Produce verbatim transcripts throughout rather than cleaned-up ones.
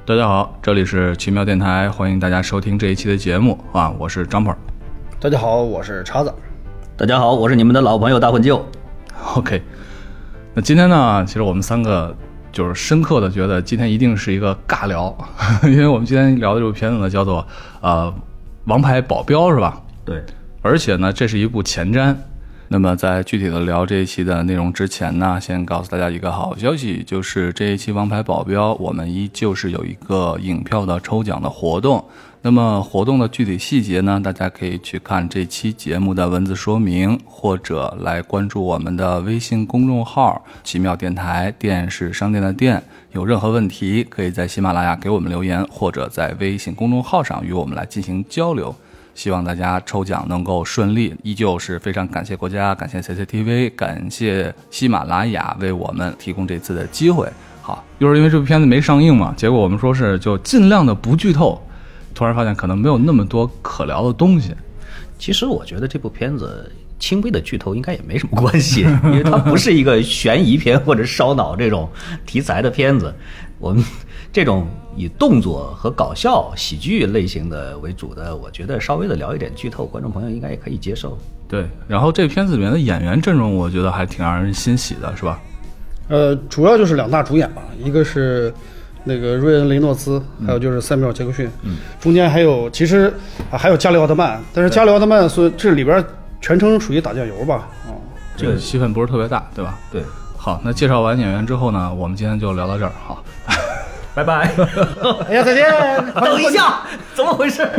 大家好，这里是奇妙电台，欢迎大家收听这一期的节目啊，我是张鹏。 大家好，我是叉子。 大家好，我是你们的老朋友大混舅。 OK， 那今天呢，其实我们三个就是深刻的觉得今天一定是一个尬聊，因为我们今天聊的这部片子呢叫做呃《王牌保镖》，是吧？ 对， 而且呢，这是一部前瞻。那么在具体的聊这一期的内容之前呢，先告诉大家一个好消息，就是这一期王牌保镖我们依旧是有一个影票的抽奖的活动。那么活动的具体细节呢，大家可以去看这期节目的文字说明，或者来关注我们的微信公众号奇妙电台，店是商店的店。有任何问题可以在喜马拉雅给我们留言，或者在微信公众号上与我们来进行交流。希望大家抽奖能够顺利，依旧是非常感谢国家，感谢 C C T V， 感谢喜马拉雅为我们提供这次的机会。好，又是因为这部片子没上映嘛，结果我们说是就尽量的不剧透，突然发现可能没有那么多可聊的东西。 其实我觉得这部片子轻微的剧透应该也没什么关系，因为它不是一个悬疑片或者烧脑这种题材的片子。我们这种以动作和搞笑喜剧类型的为主的，我觉得稍微的聊一点剧透，观众朋友应该也可以接受。 对，然后这片子里面的演员阵容我觉得还挺让人欣喜的，是吧？ 呃，主要就是两大主演吧，一个是那个瑞恩·雷诺兹，还有就是塞缪尔·杰克逊，嗯，中间还有其实、啊、还有加里奥德曼，但是加里奥德曼所这里边全程属于打酱油吧，哦， 这个戏份不是特别大，对吧？ 对。 好，那介绍完演员之后呢，我们今天就聊到这儿，好， 拜拜。 哎呀，再见。 等一下，怎么回事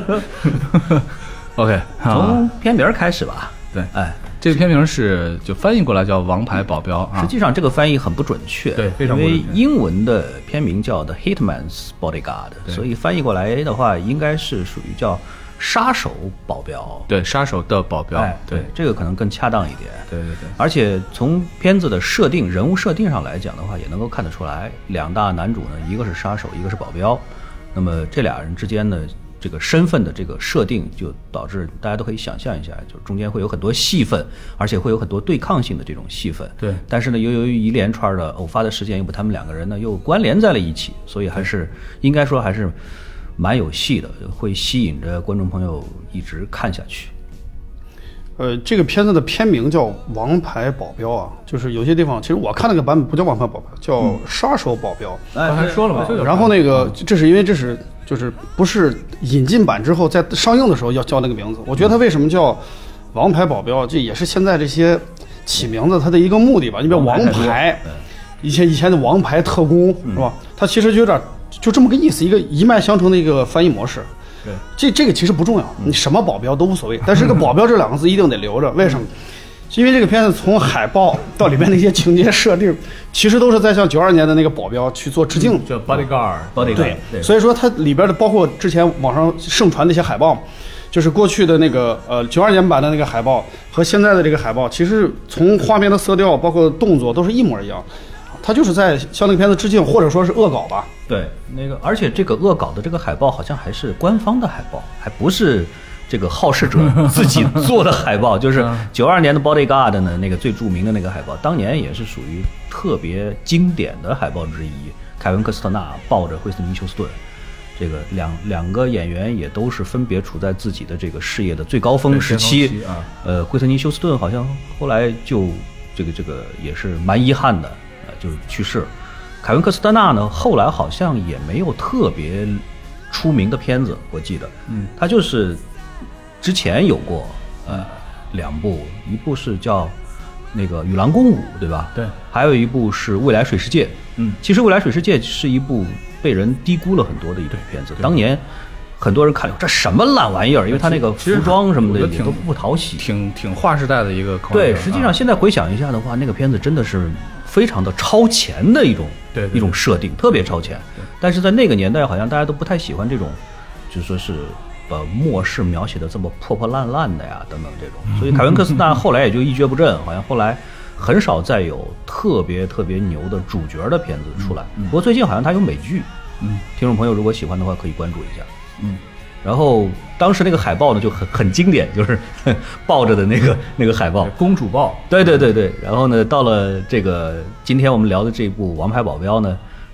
？OK， 从片名开始吧。 对， 哎， 这个片名是就翻译过来叫《王牌保镖》啊。 实际上这个翻译很不准确， 对，非常不准确。 因为英文的片名叫 The Hitman's Bodyguard， 所以翻译过来的话，应该是属于叫杀手保镖。 对，杀手的保镖。 哎，对，这个可能更恰当一点。 对对对。 而且从片子的设定、人物设定上来讲的话，也能够看得出来，两大男主呢，一个是杀手，一个是保镖。那么这俩人之间的这个身份的这个设定，就导致大家都可以想象一下，就中间会有很多戏份，而且会有很多对抗性的这种戏份。 对。 但是呢，由于一连串的偶发的事件，又把他们两个人呢又关联在了一起，所以还是应该说还是蛮有戏的，会吸引着观众朋友一直看下去。 呃，这个片子的片名叫《王牌保镖》啊，就是有些地方，其实我看那个版本不叫《王牌保镖》，叫《杀手保镖》。 嗯、刚才说了嘛， 啊、然后那个，这是因为这是就是不是引进版之后在上映的时候要叫那个名字。我觉得它为什么叫《王牌保镖》，这也是现在这些起名字它的一个目的吧。你比如王牌，以前以前的王牌特工是吧？它其实就有点就这么个意思，一个一脉相承的一个翻译模式。 对， 这这个其实不重要，你什么保镖都无所谓，但是这个保镖这两个字一定得留着。为什么？因为这个片子从海报到里面的一些情节设定，其实都是在向九二年的那个保镖去做致敬。 叫 bodyguard， bodyguard。 对，对，所以说它里边的包括之前网上盛传的一些海报，就是过去的那个呃九二年版的那个海报和现在的这个海报，其实从画面的色调包括动作都是一模一样。他就是在向那个片子致敬，或者说是恶搞吧。 对，那个，而且这个恶搞的这个海报好像还是官方的海报，还不是这个好事者自己做的海报。就是九二年的 Bodyguard 呢，那个最著名的那个海报，当年也是属于特别经典的海报之一。凯文·科斯特纳抱着惠斯尼·休斯顿，这个两两个演员也都是分别处在自己的这个事业的最高峰时期。啊、呃，惠斯尼·休斯顿好像后来就这个这个也是蛮遗憾的。就是去世。凯文·科斯特纳呢，后来好像也没有特别出名的片子，我记得，嗯，他就是之前有过呃两部，一部是叫那个《与狼共舞》，对吧？ 对， 还有一部是《未来水世界》。嗯，其实《未来水世界》是一部被人低估了很多的一部片子，当年很多人看这什么烂玩意儿，因为他那个服装什么的也都不讨喜， 挺挺划时代的一个。 对，实际上现在回想一下的话，那个片子真的是非常的超前的一种对对对一种设定，特别超前。但是在那个年代，好像大家都不太喜欢这种，就说是把末世描写的这么破破烂烂的呀，等等这种。所以凯文·科斯特纳后来也就一蹶不振，好像后来很少再有特别特别牛的主角的片子出来。不过最近好像他有美剧，嗯，听众朋友如果喜欢的话，可以关注一下。嗯。然后当时那个海报呢就很很经典，就是抱着的那个那个海报， 公主抱。 对对对对。然后呢，到了这个今天我们聊的这部《王牌保镖》呢，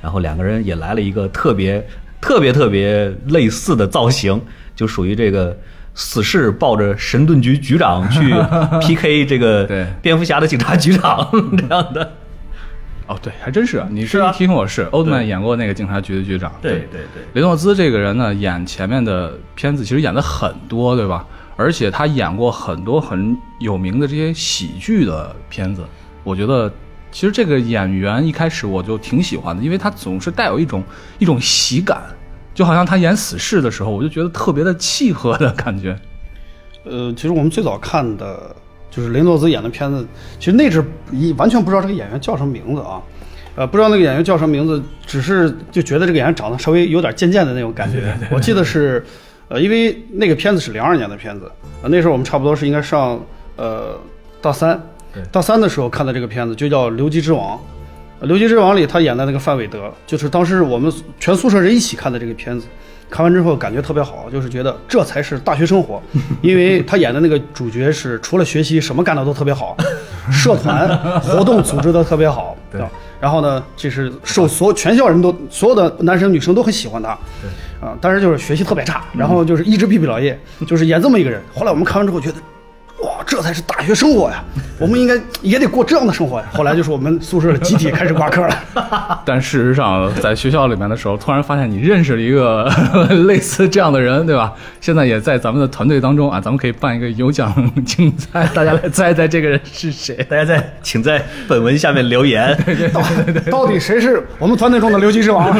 然后两个人也来了一个特别特别特别类似的造型，就属于这个死侍抱着神盾局局长去 P K 这个蝙蝠侠的警察局长这样的。 哦，对，还真是，你是一提醒我是欧德曼演过那个警察局的局长。 对对对， 雷诺兹这个人呢，演前面的片子其实演的很多，对吧？而且他演过很多很有名的这些喜剧的片子。我觉得其实这个演员一开始我就挺喜欢的，因为他总是带有一种一种喜感，就好像他演死侍的时候，我就觉得特别的契合的感觉。 呃，其实我们最早看的就是雷诺兹演的片子，其实那阵一完全不知道这个演员叫什么名字啊，呃，不知道那个演员叫什么名字，只是就觉得这个演员长得稍微有点贱贱的那种感觉。对对对对，我记得是，呃，因为那个片子是零二年的片子，呃，那时候我们差不多是应该上呃大三，大三的时候看的这个片子，就叫《流击之王》。呃《流击之王》里他演的那个范伟德，就是当时我们全宿舍人一起看的这个片子。看完之后感觉特别好，就是觉得这才是大学生活，因为他演的那个主角是除了学习什么干的都特别好，社团活动组织的特别好，对吧？然后呢，就是受所有全校人都所有的男生女生都很喜欢他，啊，但是就是学习特别差，然后就是一直毕不了业，就是演这么一个人。后来我们看完之后觉得，哇，这才是大学生活呀！我们应该也得过这样的生活呀。后来就是我们宿舍的集体开始挂科了。 但事实上，在学校里面的时候，突然发现你认识了一个类似这样的人，对吧？现在也在咱们的团队当中啊，咱们可以办一个有奖竞猜，大家来猜猜这个人是谁。 大家在请在本文下面留言， 对对对对对， 到底谁是我们团队中的流击之王？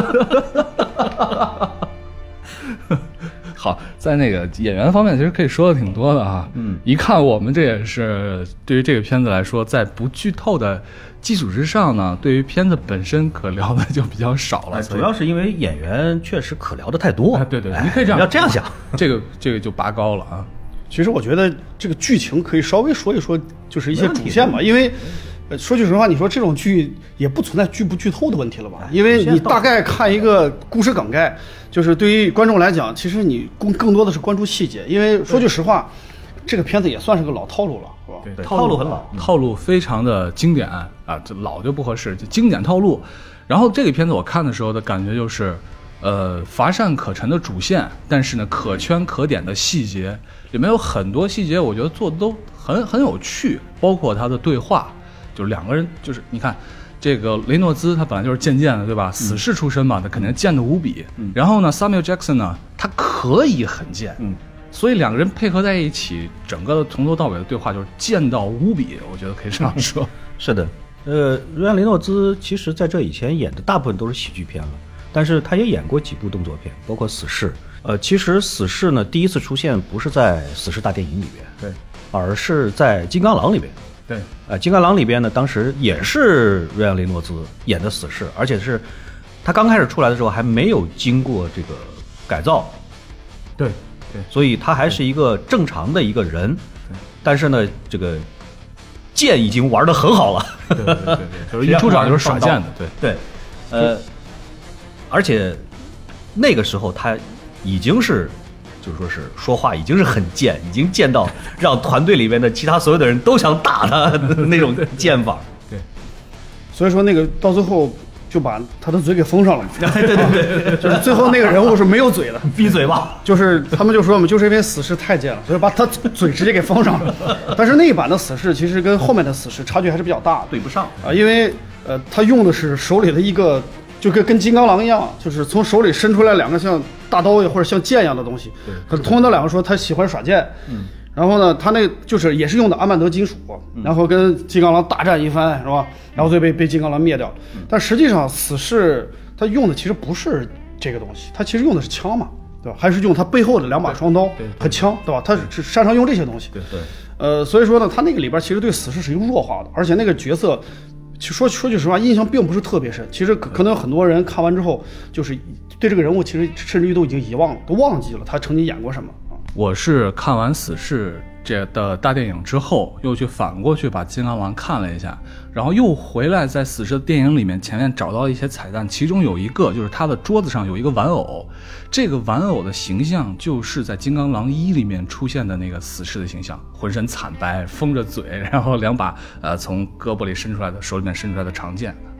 好，在那个演员方面，其实可以说的挺多的啊。嗯，一看我们这也是对于这个片子来说，在不剧透的基础之上呢，对于片子本身可聊的就比较少了。 哎、主要是因为演员确实可聊的太多。 哎、对对，你可以这样， 要这样想， 这个这个就拔高了啊。 其实我觉得这个剧情可以稍微说一说，就是一些主线吧，因为。呃，说句实话，你说这种剧也不存在剧不剧透的问题了吧？因为你大概看一个故事梗概，就是对于观众来讲，其实你更更多的是关注细节。因为说句实话，这个片子也算是个老套路了，是吧？ 对，套路很老， 套路非常的经典啊，这老就不合适，就经典套路。然后这个片子我看的时候的感觉就是，呃，乏善可陈的主线，但是呢，可圈可点的细节里面有很多细节，我觉得做的都很很有趣，包括他的对话。就是两个人，就是你看，这个雷诺兹他本来就是贱贱的，对吧？死侍出身嘛，他肯定贱的无比。嗯、然后呢 ，Samuel Jackson 呢，他可以很贱，嗯，所以两个人配合在一起，整个从头到尾的对话就是贱到无比，我觉得可以这样说。 是的，呃，瑞安·雷诺兹其实在这以前演的大部分都是喜剧片了，但是他也演过几部动作片，包括《死侍》。呃，其实《死侍》呢，第一次出现不是在《死侍大电影》里边， 对， 而是在《金刚狼》里边。 对， 呃，金刚狼里边呢，当时也是瑞安·雷诺兹演的死侍，而且是他刚开始出来的时候还没有经过这个改造， 对对， 所以他还是一个正常的一个人，但是呢，这个剑已经玩得很好了， 对对对对，就是一出场就是耍剑的，对对，呃，而且那个时候他已经是。就是说是说话已经是很贱，已经贱到让团队里面的其他所有的人都想打他的那种剑法。 对， 所以说那个到最后就把他的嘴给封上了。 对对对对， 就是最后那个人物是没有嘴的， 闭嘴吧。 就是他们就说嘛，就是因为死侍太贱了，所以把他嘴直接给封上了。但是那一版的死侍其实跟后面的死侍差距还是比较大的， 对不上啊，因为呃他用的是手里的一个。就跟跟金刚狼一样，就是从手里伸出来两个像大刀或者像剑一样的东西。对，同样两个说他喜欢耍剑，嗯，然后呢，他那就是也是用的阿曼德金属，嗯、然后跟金刚狼大战一番，是吧？然后最后被被金刚狼灭掉。嗯、但实际上，死侍他用的其实不是这个东西，他其实用的是枪嘛，对吧？还是用他背后的两把双刀和枪，对吧？他是擅长用这些东西。 对对。 呃，所以说呢，他那个里边其实对死侍是一个弱化的，而且那个角色。其实说说句实话，印象并不是特别深。其实可可能有很多人看完之后，就是对这个人物其实甚至于都已经遗忘了，都忘记了他曾经演过什么啊。 我是看完《死侍》这的大电影之后，又去反过去把《金刚狼》看了一下，然后又回来在《死侍》的电影里面前面找到一些彩蛋，其中有一个就是他的桌子上有一个玩偶，这个玩偶的形象就是在《金刚狼一》里面出现的那个死侍的形象，浑身惨白，封着嘴，然后两把呃从胳膊里伸出来的手里面伸出来的长剑啊，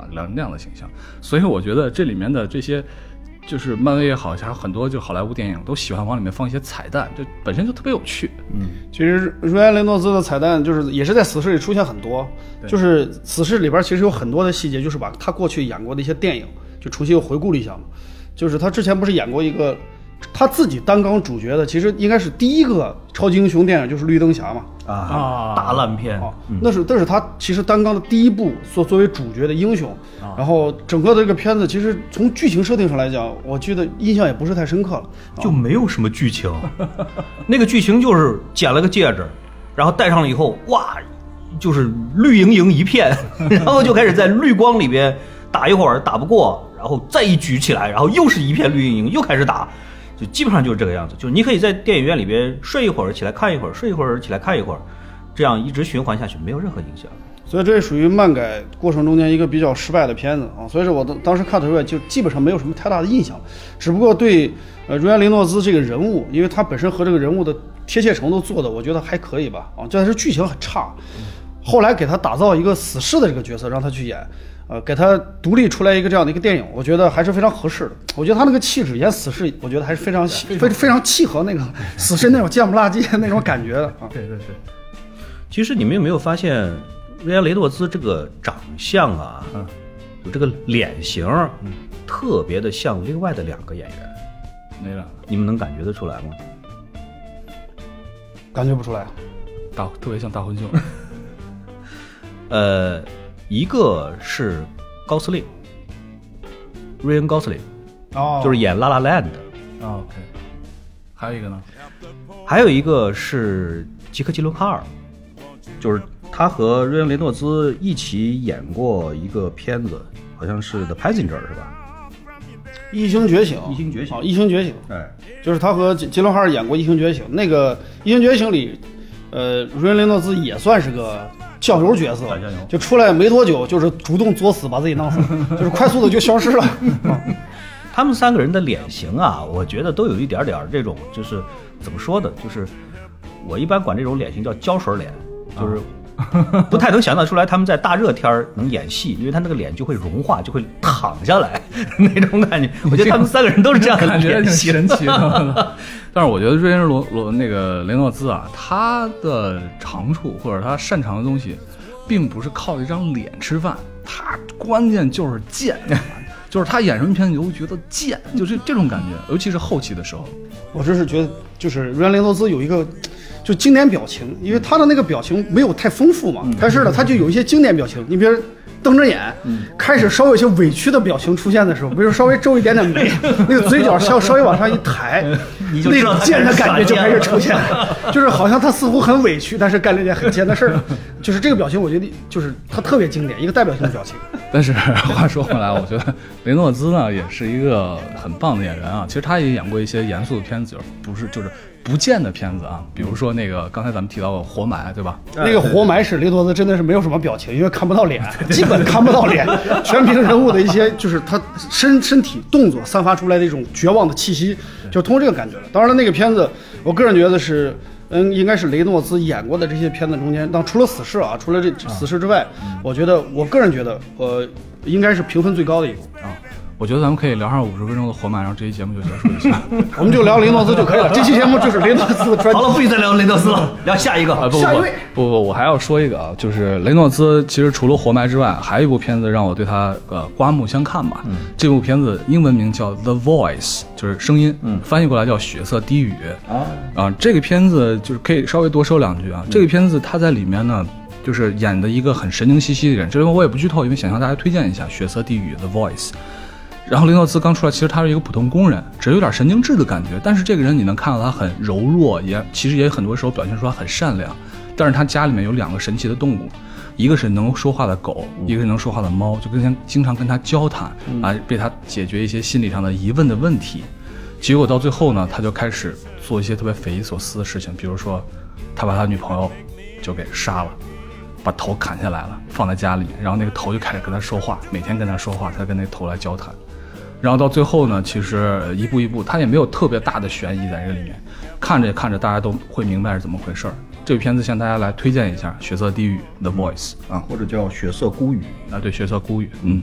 那样的形象。所以我觉得这里面的这些。就是漫威也好，还有很多就好莱坞电影都喜欢往里面放一些彩蛋，这本身就特别有趣。 嗯，其实瑞安·雷诺兹的彩蛋就是也是在死侍里出现很多，就是死侍里边其实有很多的细节，就是把他过去演过的一些电影就重新又回顾了一下嘛。就是他之前不是演过一个他自己担纲主角的，其实应该是第一个超级英雄电影就是绿灯侠嘛。 啊，大烂片啊，那是那是他其实担纲的第一部作作为主角的英雄，啊、然后整个的这个片子其实从剧情设定上来讲，我觉得印象也不是太深刻了， 啊、就没有什么剧情，那个剧情就是捡了个戒指，然后戴上了以后，哇，就是绿莹莹一片，然后就开始在绿光里边打一会儿，打不过，然后再一举起来，然后又是一片绿莹莹，又开始打。就基本上就是这个样子，就是你可以在电影院里边睡一会儿，起来看一会儿，睡一会儿，起来看一会儿，这样一直循环下去，没有任何影响。 所以这属于漫改过程中间一个比较失败的片子啊。所以说我当时看的时候就基本上没有什么太大的印象，只不过对呃瑞安·雷诺兹这个人物，因为他本身和这个人物的贴切程度做的，我觉得还可以吧啊，但是剧情很差。后来给他打造一个死侍的这个角色，让他去演。呃，给他独立出来一个这样的一个电影，我觉得还是非常合适的。我觉得他那个气质演死侍，我觉得还是非常非非常契合那个死侍那种贱不拉几那种感觉的啊。 对对对。 其实你们有没有发现，瑞安·雷诺兹这个长相啊，嗯，有这个脸型，嗯，特别的像另外的两个演员。 哪两个？ 你们能感觉得出来吗？ 感觉不出来。 大特别像大混秀。 呃。一个是高司令，瑞恩·高司令， 哦， 就是演《拉拉 land》的。 哦 OK， 还有一个呢？ 还有一个是吉克·吉伦哈尔，就是他和瑞恩·雷诺兹一起演过一个片子，好像是《The Passenger》是吧？ 异星觉醒， 异星觉醒， 哦，异星觉醒， 哎， 就是他和吉伦哈尔演过《异星觉醒》。那个《异星觉醒》里，呃，瑞恩·雷诺兹也算是个。酱油角色就出来没多久，就是主动作死把自己弄死，就是快速的就消失了。 他们三个人的脸型啊，我觉得都有一点点这种，就是怎么说的，就是我一般管这种脸型叫胶水脸，就是不太能想象出来他们在大热天能演戏，因为他那个脸就会融化，就会躺下来那种感觉。我觉得他们三个人都是这样的脸型， 神奇的。但是我觉得瑞恩罗罗那个雷诺兹啊，他的长处或者他擅长的东西，并不是靠一张脸吃饭，他关键就是贱，就是他演什么片子你都会觉得贱，就是这种感觉，尤其是后期的时候。 我这是觉得，就是瑞安·雷诺兹有一个就经典表情，因为他的那个表情没有太丰富嘛，嗯、但是呢，他就有一些经典表情，你比如。瞪着眼，嗯、开始稍微有些委屈的表情出现的时候，比如稍微皱一点点眉，那个嘴角稍稍微往上一抬，那种贱的感觉就开始出现了，就是好像他似乎很委屈，但是干了一件很贱的事儿，就是这个表情，我觉得就是他特别经典，一个代表性的表情。 但是话说回来，我觉得雷诺兹呢也是一个很棒的演员啊，其实他也演过一些严肃的片子，不是就是。不见的片子啊，比如说那个刚才咱们提到的活埋，对吧？ 那个活埋是雷诺兹真的是没有什么表情，因为看不到脸，基本看不到脸，全凭人物的一些就是他身身体动作散发出来的一种绝望的气息，就通过这个感觉了。当然了，那个片子我个人觉得是，嗯，应该是雷诺兹演过的这些片子中间，当除了死侍啊，除了这死侍之外，啊、我觉得我个人觉得，呃，应该是评分最高的一部啊。 我觉得咱们可以聊上五十分钟的活埋，然后这期节目就结束一下。 我们就聊雷诺兹就可以了。这期节目就是雷诺兹的专辑。 好了，不许再聊雷诺兹了，聊下一个。 啊、不不下一位。 不不不，我还要说一个啊，就是雷诺兹其实除了活埋之外，还有一部片子让我对他呃刮目相看吧。嗯、这部片子英文名叫《The Voice》，就是声音，嗯，翻译过来叫《血色低语》啊啊。这个片子就是可以稍微多说两句啊。嗯、这个片子他在里面呢。就是演的一个很神经兮兮的人，这边我也不剧透，因为想向大家推荐一下《血色地狱》The Voice。然后雷诺兹刚出来，其实他是一个普通工人，只有点神经质的感觉，但是这个人你能看到他很柔弱，也其实也很多时候表现出他很善良。但是他家里面有两个神奇的动物，一个是能说话的狗，一个是能说话的猫，就跟他经常跟他交谈啊，被他解决一些心理上的疑问的问题。结果到最后呢，他就开始做一些特别匪夷所思的事情，比如说他把他女朋友就给杀了。把头砍下来了，放在家里，然后那个头就开始跟他说话，每天跟他说话，他跟那个头来交谈。然后到最后呢，其实一步一步，他也没有特别大的悬疑在这里面，看着看着大家都会明白是怎么回事儿。这部片子向大家来推荐一下《血色地狱》The Voice 啊， 或者叫《血色孤语》 啊，对，《血色孤语》，嗯。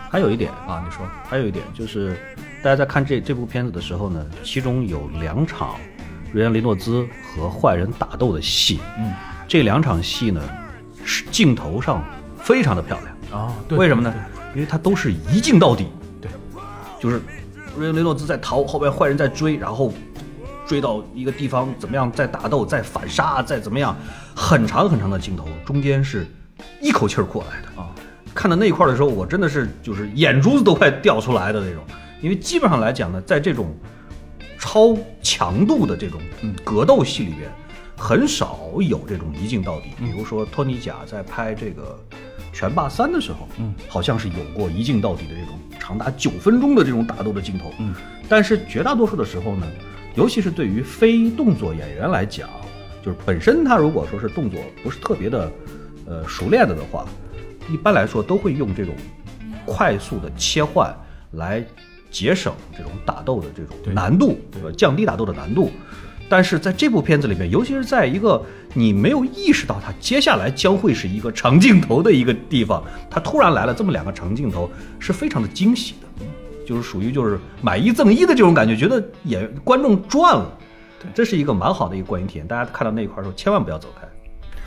还有一点啊，你说， 还有一点就是大家在看这这部片子的时候呢，其中有两场瑞安·雷诺兹和坏人打斗的戏， 嗯， 这两场戏呢是镜头上非常的漂亮啊，对， 为什么呢？因为它都是一镜到底， 对， 就是瑞安·雷诺兹在逃，后边坏人在追，然后追到一个地方怎么样，再打斗，再反杀，再怎么样，很长很长的镜头，中间是一口气儿过来的啊！看到那一块的时候，我真的是就是眼珠子都快掉出来的那种，因为基本上来讲呢，在这种超强度的这种格斗戏里边，很少有这种一镜到底。比如说托尼贾在拍这个《拳霸三》的时候，嗯，好像是有过一镜到底的这种长达九分钟的这种打斗的镜头，嗯，但是绝大多数的时候呢，尤其是对于非动作演员来讲，就是本身他如果说是动作不是特别的呃熟练的的话，一般来说都会用这种快速的切换来节省这种打斗的这种难度，对吧？降低打斗的难度。但是在这部片子里面，尤其是在一个你没有意识到它接下来将会是一个长镜头的一个地方，它突然来了这么两个长镜头，是非常的惊喜的，就是属于就是买一赠一的这种感觉，觉得演观众赚了，这是一个蛮好的一个观影体验。大家看到那一块的时候，千万不要走开。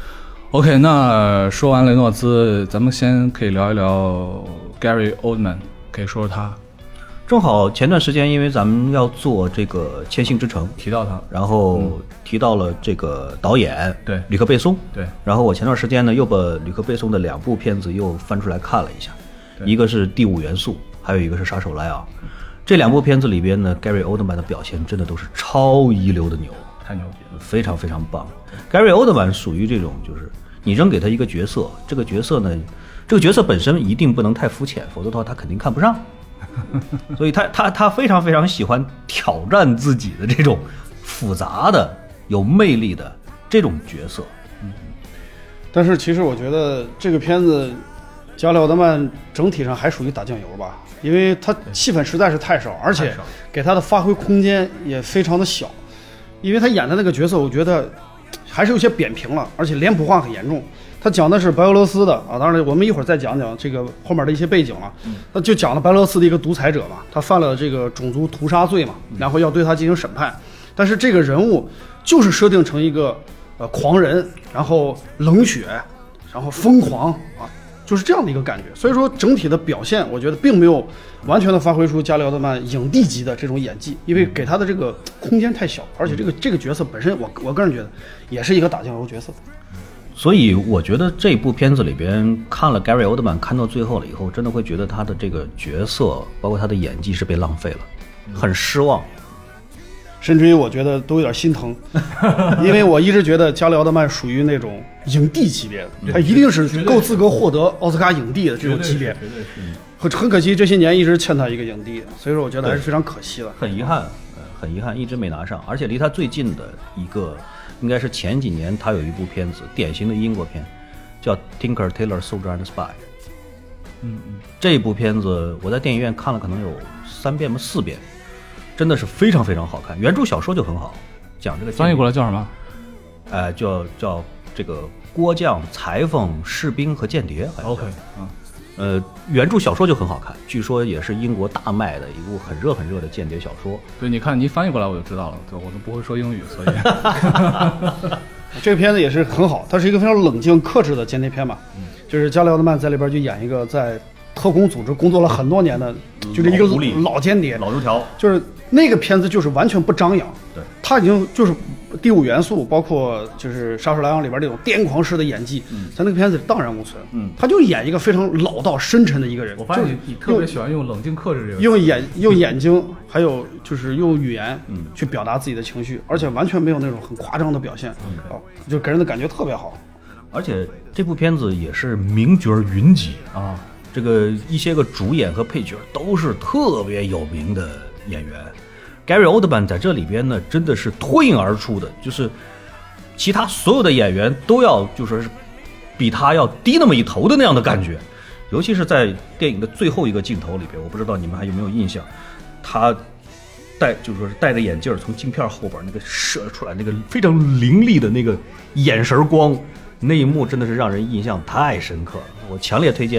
OK， 那说完雷诺兹，咱们先可以聊一聊 Gary Oldman， 可以说说他。 正好前段时间，因为咱们要做这个《千星之城》， 提到他， 然后提到了这个导演， 对， 吕克贝松， 对。 然后我前段时间呢，又把吕克贝松的两部片子又翻出来看了一下，一个是《第五元素》，还有一个是《杀手莱昂》。这两部片子里边呢 ，Gary Oldman 的表现真的都是超一流的牛， 太牛逼了， 非常非常棒。Gary Oldman 属于这种，就是你扔给他一个角色，这个角色呢，这个角色本身一定不能太肤浅，否则的话他肯定看不上。所以他他他非常非常喜欢挑战自己的这种复杂的、有魅力的这种角色。 嗯，但是其实我觉得这个片子加里奥德曼整体上还属于打酱油吧，因为他戏份实在是太少，而且给他的发挥空间也非常的小。因为他演的那个角色，我觉得还是有些扁平了，而且脸谱化很严重。他讲的是白俄罗斯的啊，当然我们一会儿再讲讲这个后面的一些背景了。他就讲了白俄罗斯的一个独裁者嘛，他犯了这个种族屠杀罪嘛，然后要对他进行审判。但是这个人物就是设定成一个呃狂人，然后冷血，然后疯狂啊，就是这样的一个感觉。所以说整体的表现，我觉得并没有完全的发挥出加里奥德曼影帝级的这种演技，因为给他的这个空间太小，而且这个这个角色本身我，我我个人觉得也是一个打酱油角色。 所以我觉得这部片子里边看了 Gary Oldman 看到最后了以后，真的会觉得他的这个角色包括他的演技是被浪费了，很失望， 甚至于我觉得都有点心疼。因为我一直觉得加里奥德曼属于那种影帝级别的，他一定是够资格获得奥斯卡影帝的这种级别，很很可惜这些年一直欠他一个影帝，所以说我觉得还是非常可惜的， 很遗憾，很遗憾一直没拿上。而且离他最近的一个应该是前几年他有一部片子，典型的英国片，叫 Tinker Tailor Soldier and Spy。 嗯嗯，这部片子我在电影院看了可能有三遍吧四遍，真的是非常非常好看。原著小说就很好，讲这个翻译过来叫什么？ 呃，叫叫这个郭将、裁缝、士兵和间谍。 OK， 嗯。 呃，原著小说就很好看，据说也是英国大卖的一部很热很热的间谍小说。 对，你看你翻译过来我就知道了，对，我都不会说英语，所以这个片子也是很好，它是一个非常冷静克制的间谍片嘛。嗯，就是加里奥德曼在里边就演一个在特工组织工作了很多年的，嗯、就是一个 老, 老间谍、 老油条， 就是那个片子就是完全不张扬。 对， 他已经就是第五元素，包括就是《杀手莱昂》里边这种癫狂式的演技，嗯、在那个片子里荡然无存。嗯，他就演一个非常老道深沉的一个人。 我发现你你特别喜欢用冷静克制这个， 用眼用眼睛，还有就是用语言，嗯，去表达自己的情绪，而且完全没有那种很夸张的表现，啊、嗯，就给人的感觉特别好。 而且这部片子也是名角云集啊，这个一些个主演和配角都是特别有名的演员。Gary Oldman 在这里边呢，真的是脱颖而出的，就是其他所有的演员都要就说是比他要低那么一头的那样的感觉。尤其是在电影的最后一个镜头里边，我不知道你们还有没有印象，他戴就是说是戴着眼镜从镜片后边那个射出来那个非常凌厉的那个眼神光，那一幕真的是让人印象太深刻了。我强烈推荐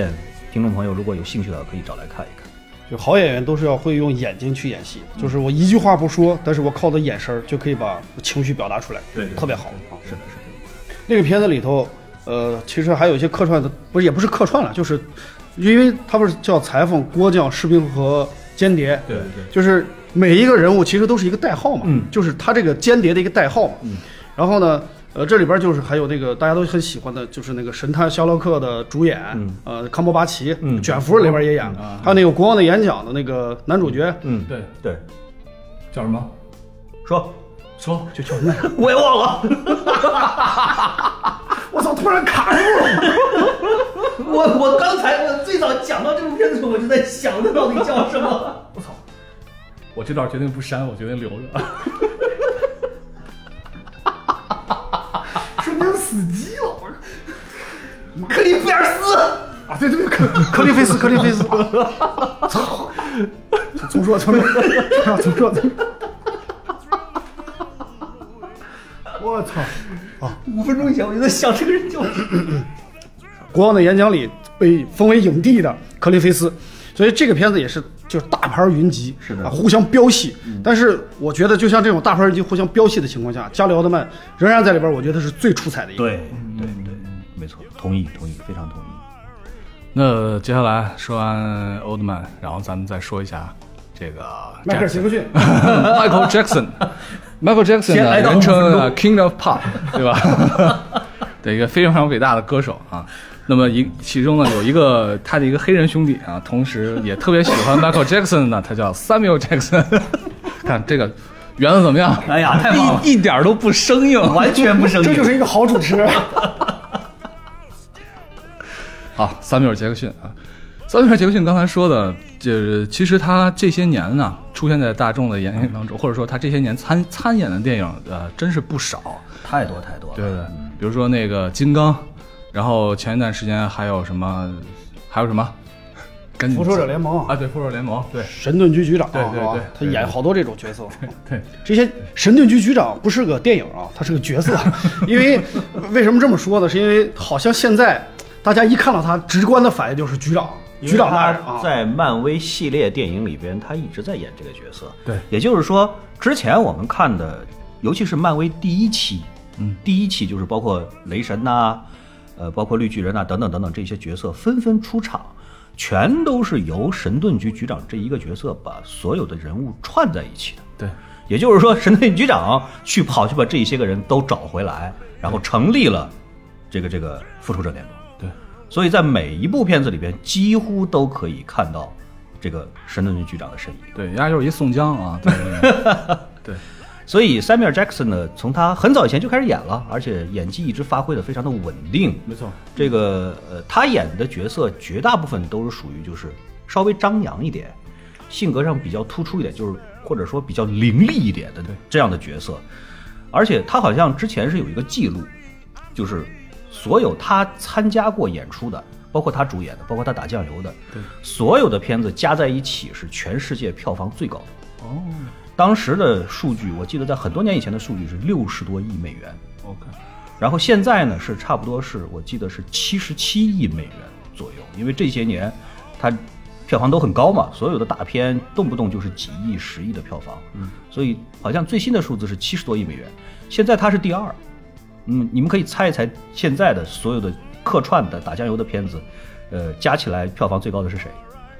听众朋友如果有兴趣的可以找来看一看。 就好演员都是要会用眼睛去演戏，就是我一句话不说，但是我靠的眼神就可以把情绪表达出来， 对，对特别好啊。 是的，是的。 那个片子里头，呃，其实还有一些客串的，不是也不是客串了，就是因为他不是叫裁缝、锅匠、士兵和间谍， 对对， 就是每一个人物其实都是一个代号嘛， 嗯， 就是他这个间谍的一个代号嘛， 嗯， 然后呢。呃，这里边就是还有那个大家都很喜欢的，就是那个神探夏洛克的主演， 嗯、 呃，康伯巴奇， 嗯， 卷福里边也演，嗯、还有那个国王的演讲的那个男主角， 嗯，对对， 叫什么？ 说说就叫什么？ 我也忘了。 我操！突然卡住了。 我我刚才我最早讲到这部片子，我就在想这到底叫什么。 我操！我这段决定不删，我决定留着。 瞬间死机了， 克里菲尔斯啊，对对对，克克里菲斯，克里菲斯，操！重说，重说，重说，重说。我操！啊， 五分钟以前我就在想这个人叫什么。 国王的演讲里被封为影帝的克里菲斯，所以这个片子也是就是大牌云集， 是的， 啊，互相飙戏。 嗯、 但是我觉得，就像这种大牌云集互相飙戏的情况下，加里奥德曼仍然在里边，我觉得是最出彩的一个。 对对对，没错，同意同意，非常同意。 那接下来说完奥德曼，然后咱们再说一下这个迈克尔·杰克逊 ，Michael Jackson。Michael Jackson 呢，人称 King of Pop， 对吧？的一个非常非常伟大的歌手啊。那么一其中呢有一个他的一个黑人兄弟啊，同时也特别喜欢 Michael Jackson 呢，他叫 Samuel Jackson。看这个圆的怎么样？ 哎呀，太棒了， 一一点都不生硬， 完全不生硬， 这就是一个好主持。 好，萨缪尔·杰克逊啊，萨缪尔·杰克逊刚才说的，就是其实他这些年呢出现在大众的眼影当中，或者说他这些年参参演的电影，呃，真是不少， 太多太多了。 对对，嗯、比如说那个金刚，然后前一段时间还有什么，还有什么？跟复仇者联盟啊，对，复仇者联盟，对， 神盾局局长， 对对对， 他演好多这种角色。 对，对这些神盾局局长不是个电影啊，他是个角色。因为为什么这么说呢？是因为好像现在大家一看到他，直观的反应就是局长，局长大人啊。 在漫威系列电影里边，他一直在演这个角色。 对， 也就是说，之前我们看的，尤其是漫威第一期， 嗯， 第一期就是包括雷神呐、啊，呃，包括绿巨人呐、啊、等等等等这些角色纷纷出场。全都是由神盾局局长这一个角色把所有的人物串在一起的。 对， 也就是说，神盾局长去跑去把这些个人都找回来，然后成立了这个这个复仇者联盟。 对， 所以在每一部片子里边，几乎都可以看到这个神盾局局长的身影。 对，人家就是一宋江啊。对，对。 所以塞缪尔·杰克逊呢，从他很早以前就开始演了，而且演技一直发挥的非常的稳定。 没错， 这个呃，他演的角色绝大部分都是属于就是稍微张扬一点，性格上比较突出一点，就是或者说比较凌厉一点的这样的角色。而且他好像之前是有一个记录，就是所有他参加过演出的，包括他主演的，包括他打酱油的， 对， 所有的片子加在一起是全世界票房最高的。 哦。 当时的数据，我记得在很多年以前的数据是六十多亿美元 ，OK， 然后现在呢是差不多是我记得是七十七亿美元左右，因为这些年它票房都很高嘛，所有的大片动不动就是几亿、十亿的票房， 嗯， 所以好像最新的数字是七十多亿美元，现在它是第二，嗯，你们可以猜一猜现在的所有的客串的打酱油的片子，呃，加起来票房最高的是谁？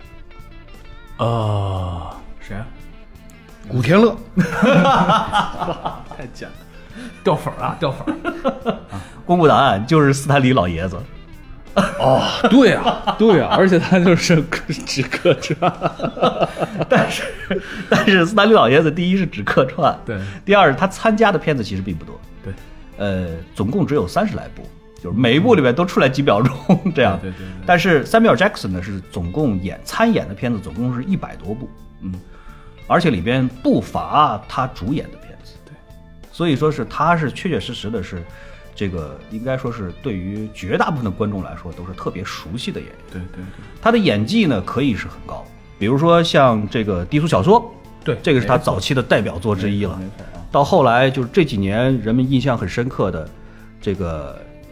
呃，谁啊？ 古天乐。 太贱了，掉粉啊，掉粉啊！公布答案就是斯坦李老爷子。 哦，对啊，对啊，而且他就是只客串， 但是但是斯坦李老爷子第一是只客串， 对， 第二他参加的片子其实并不多， 对， 呃，总共只有三十来部，就是每一部里面都出来几秒钟这样， 对对 对, 对。 但是 Samuel Jackson 呢是总共演参演的片子总共是一百多部， 嗯。 而且里边不乏他主演的片子， 对， 所以说是他是确确实实的是，这个应该说是对于绝大部分的观众来说都是特别熟悉的演员。 对对对， 他的演技呢可以是很高，比如说像这个低俗小说， 对， 这个是他早期的代表作之一了。 没错啊。 到后来就是这几年人们印象很深刻的这个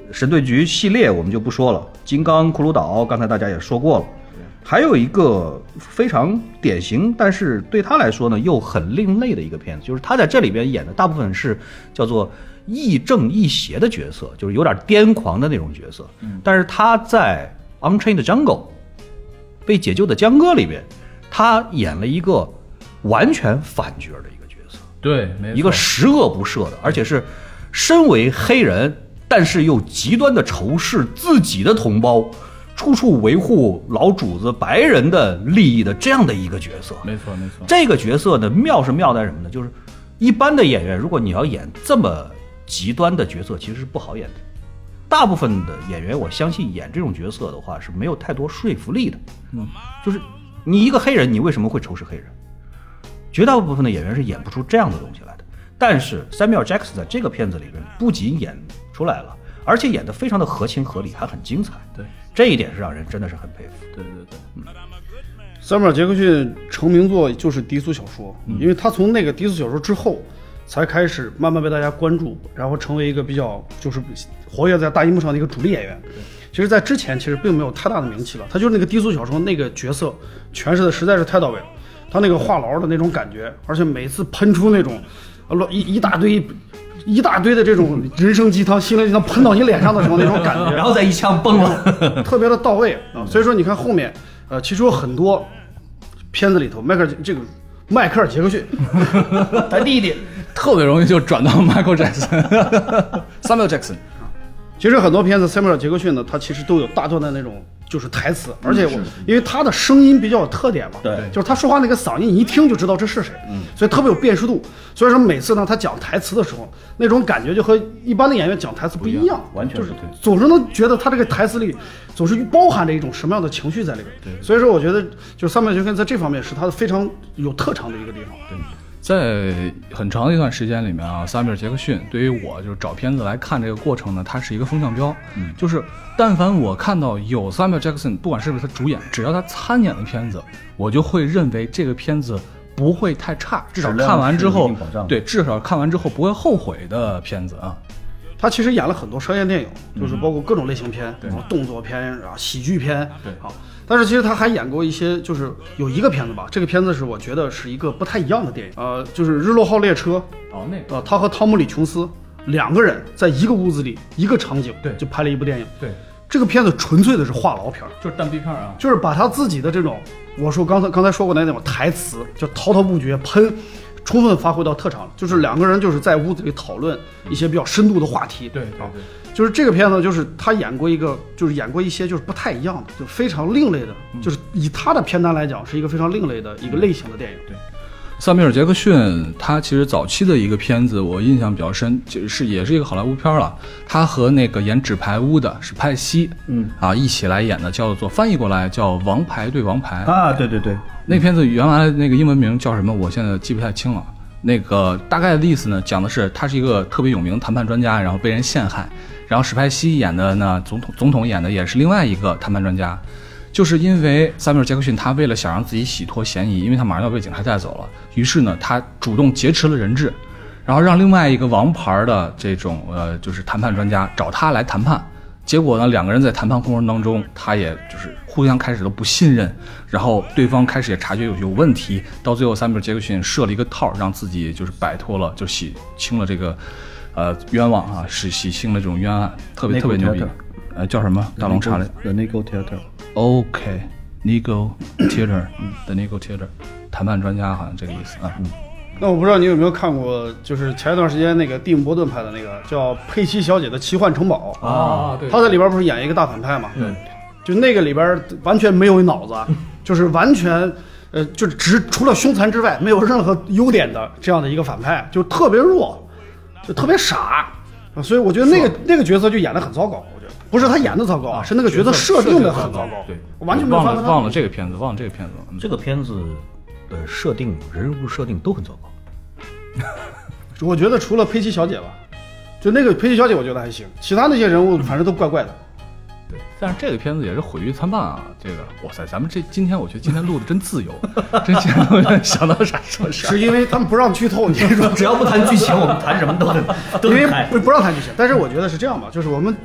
神盾局系列我们就不说了，金刚、骷髅岛刚才大家也说过了，还有一个非常典型，但是对他来说呢又很另类的一个片子，就是他在这里边演的大部分是叫做亦正亦邪的角色，就是有点癫狂的那种角色。嗯，但是他在《Unchained Jungle》被解救的江哥里边，他演了一个完全反角的一个角色。 对，没错， 一个十恶不赦的，而且是身为黑人，但是又极端的仇视自己的同胞，处处维护老主子白人的利益的这样的一个角色。 没错没错， 这个角色的妙是妙在什么呢？就是一般的演员，如果你要演这么极端的角色，其实是不好演的。大部分的演员，我相信演这种角色的话是没有太多说服力的。嗯，就是你一个黑人，你为什么会仇视黑人？绝大部分的演员是演不出这样的东西来的。但是 Samuel Jackson 在这个片子里边不仅演出来了，而且演得非常的合情合理，还很精彩。 对， 这一点是让人真的是很佩服。 对对对，嗯。 塞缪尔·杰克逊成名作就是低俗小说， 嗯， 因为他从那个低俗小说之后，才开始慢慢被大家关注，然后成为一个比较就是活跃在大荧幕上的一个主力演员。其实，在之前其实并没有太大的名气了，他就是那个低俗小说那个角色诠释的实在是太到位了，他那个话痨的那种感觉，而且每次喷出那种一一大堆一大堆的这种人生鸡汤、心灵鸡汤喷到你脸上的时候那种感觉， 然后再一枪崩了， 特别的到位啊。所以说你看后面，呃，其实有很多片子里头，迈克尔这个迈克尔·杰克逊他弟弟特别容易就转到 Michael Jackson、Samuel Jackson。 其实很多片子 Samuel 杰克逊呢，他其实都有大段的那种就是台词，而且我因为他的声音比较有特点嘛， 对， 就是他说话那个嗓音，你一听就知道这是谁，嗯，所以特别有辨识度。所以说每次呢，他讲台词的时候，那种感觉就和一般的演员讲台词不一样， 完全就是总是能觉得他这个台词里总是包含着一种什么样的情绪在里边。 对， 所以说我觉得就是 Samuel 杰克逊在这方面是他非常有特长的一个地方。 对。在很长的一段时间里面啊，萨米尔·杰克逊对于我就是找片子来看这个过程呢，它是一个风向标。嗯，就是但凡我看到有萨米尔·杰克逊，不管是不是他主演，只要他参演的片子，我就会认为这个片子不会太差，至少看完之后，对，至少看完之后不会后悔的片子啊。 他其实演了很多商业电影，就是包括各种类型片，然后动作片啊、喜剧片， 对啊。但是其实他还演过一些，就是有一个片子吧，这个片子是我觉得是一个不太一样的电影，呃，就是《日落号列车》。 哦，那个， 呃，他和汤姆·李·琼斯两个人在一个屋子里，一个场景， 对， 就拍了一部电影。 对， 这个片子纯粹的是话痨片， 就是单逼片啊， 就是把他自己的这种，我说刚才刚才说过的那种台词，就滔滔不绝喷。充分发挥到特长，就是两个人就是在屋子里讨论一些比较深度的话题。 对对对， 就是这个片子，就是他演过一个，就是演过一些就是不太一样的，就非常另类的，嗯、就是以他的片单来讲，是一个非常另类的一个类型的电影。 对，萨米尔·杰克逊他其实早期的一个片子我印象比较深，就是也是一个好莱坞片了。他和那个演《纸牌屋》的史派西，嗯啊一起来演的，叫做翻译过来叫《王牌对王牌》 啊，对对对。 那片子原来那个英文名叫什么？我现在记不太清了。那个大概的意思呢，讲的是他是一个特别有名的谈判专家，然后被人陷害。然后史派西演的呢，总统总统演的也是另外一个谈判专家。就是因为萨米尔·杰克逊他为了想让自己洗脱嫌疑，因为他马上要被警察带走了，于是呢他主动劫持了人质，然后让另外一个王牌的这种呃就是谈判专家找他来谈判。结果呢，两个人在谈判过程当中，他也就是互相开始都不信任，然后对方开始也察觉有有问题，到最后萨米尔·杰克逊设了一个套，让自己就是摆脱了，就洗清了这个呃冤枉啊，是洗清了这种冤案，特别特别牛逼。呃，叫什么？大龙查了 The Nickel Theater。 OK， Nickel Theater，The Nickel Theater， 谈判专家好像这个意思啊。嗯。 那我不知道你有没有看过，就是前一段时间那个蒂姆·波顿拍的那个叫《佩奇小姐的奇幻城堡》 啊，对， 他在里边不是演一个大反派嘛？ 对， 就那个里边完全没有脑子，就是完全呃，就是只除了凶残之外没有任何优点的这样的一个反派，就特别弱，就特别傻，所以我觉得那个那个角色就演得很糟糕。我觉得不是他演的糟糕，啊、是那个角色设定的很糟糕。 对， 完全没有忘了忘了这个片子，忘了这个片子。 嗯、这个片子的设定，人物设定都很糟糕。 我觉得除了佩奇小姐吧，就那个佩奇小姐我觉得还行，其他那些人物反正都怪怪的。 对，但是这个片子也是毁誉参半啊！这个，哇塞，咱们这今天我觉得今天录的真自由，真想到啥说啥。 是因为他们不让剧透，你说只要不谈剧情，我们谈什么都很都因为不不让谈剧情。但是我觉得是这样吧，就是我们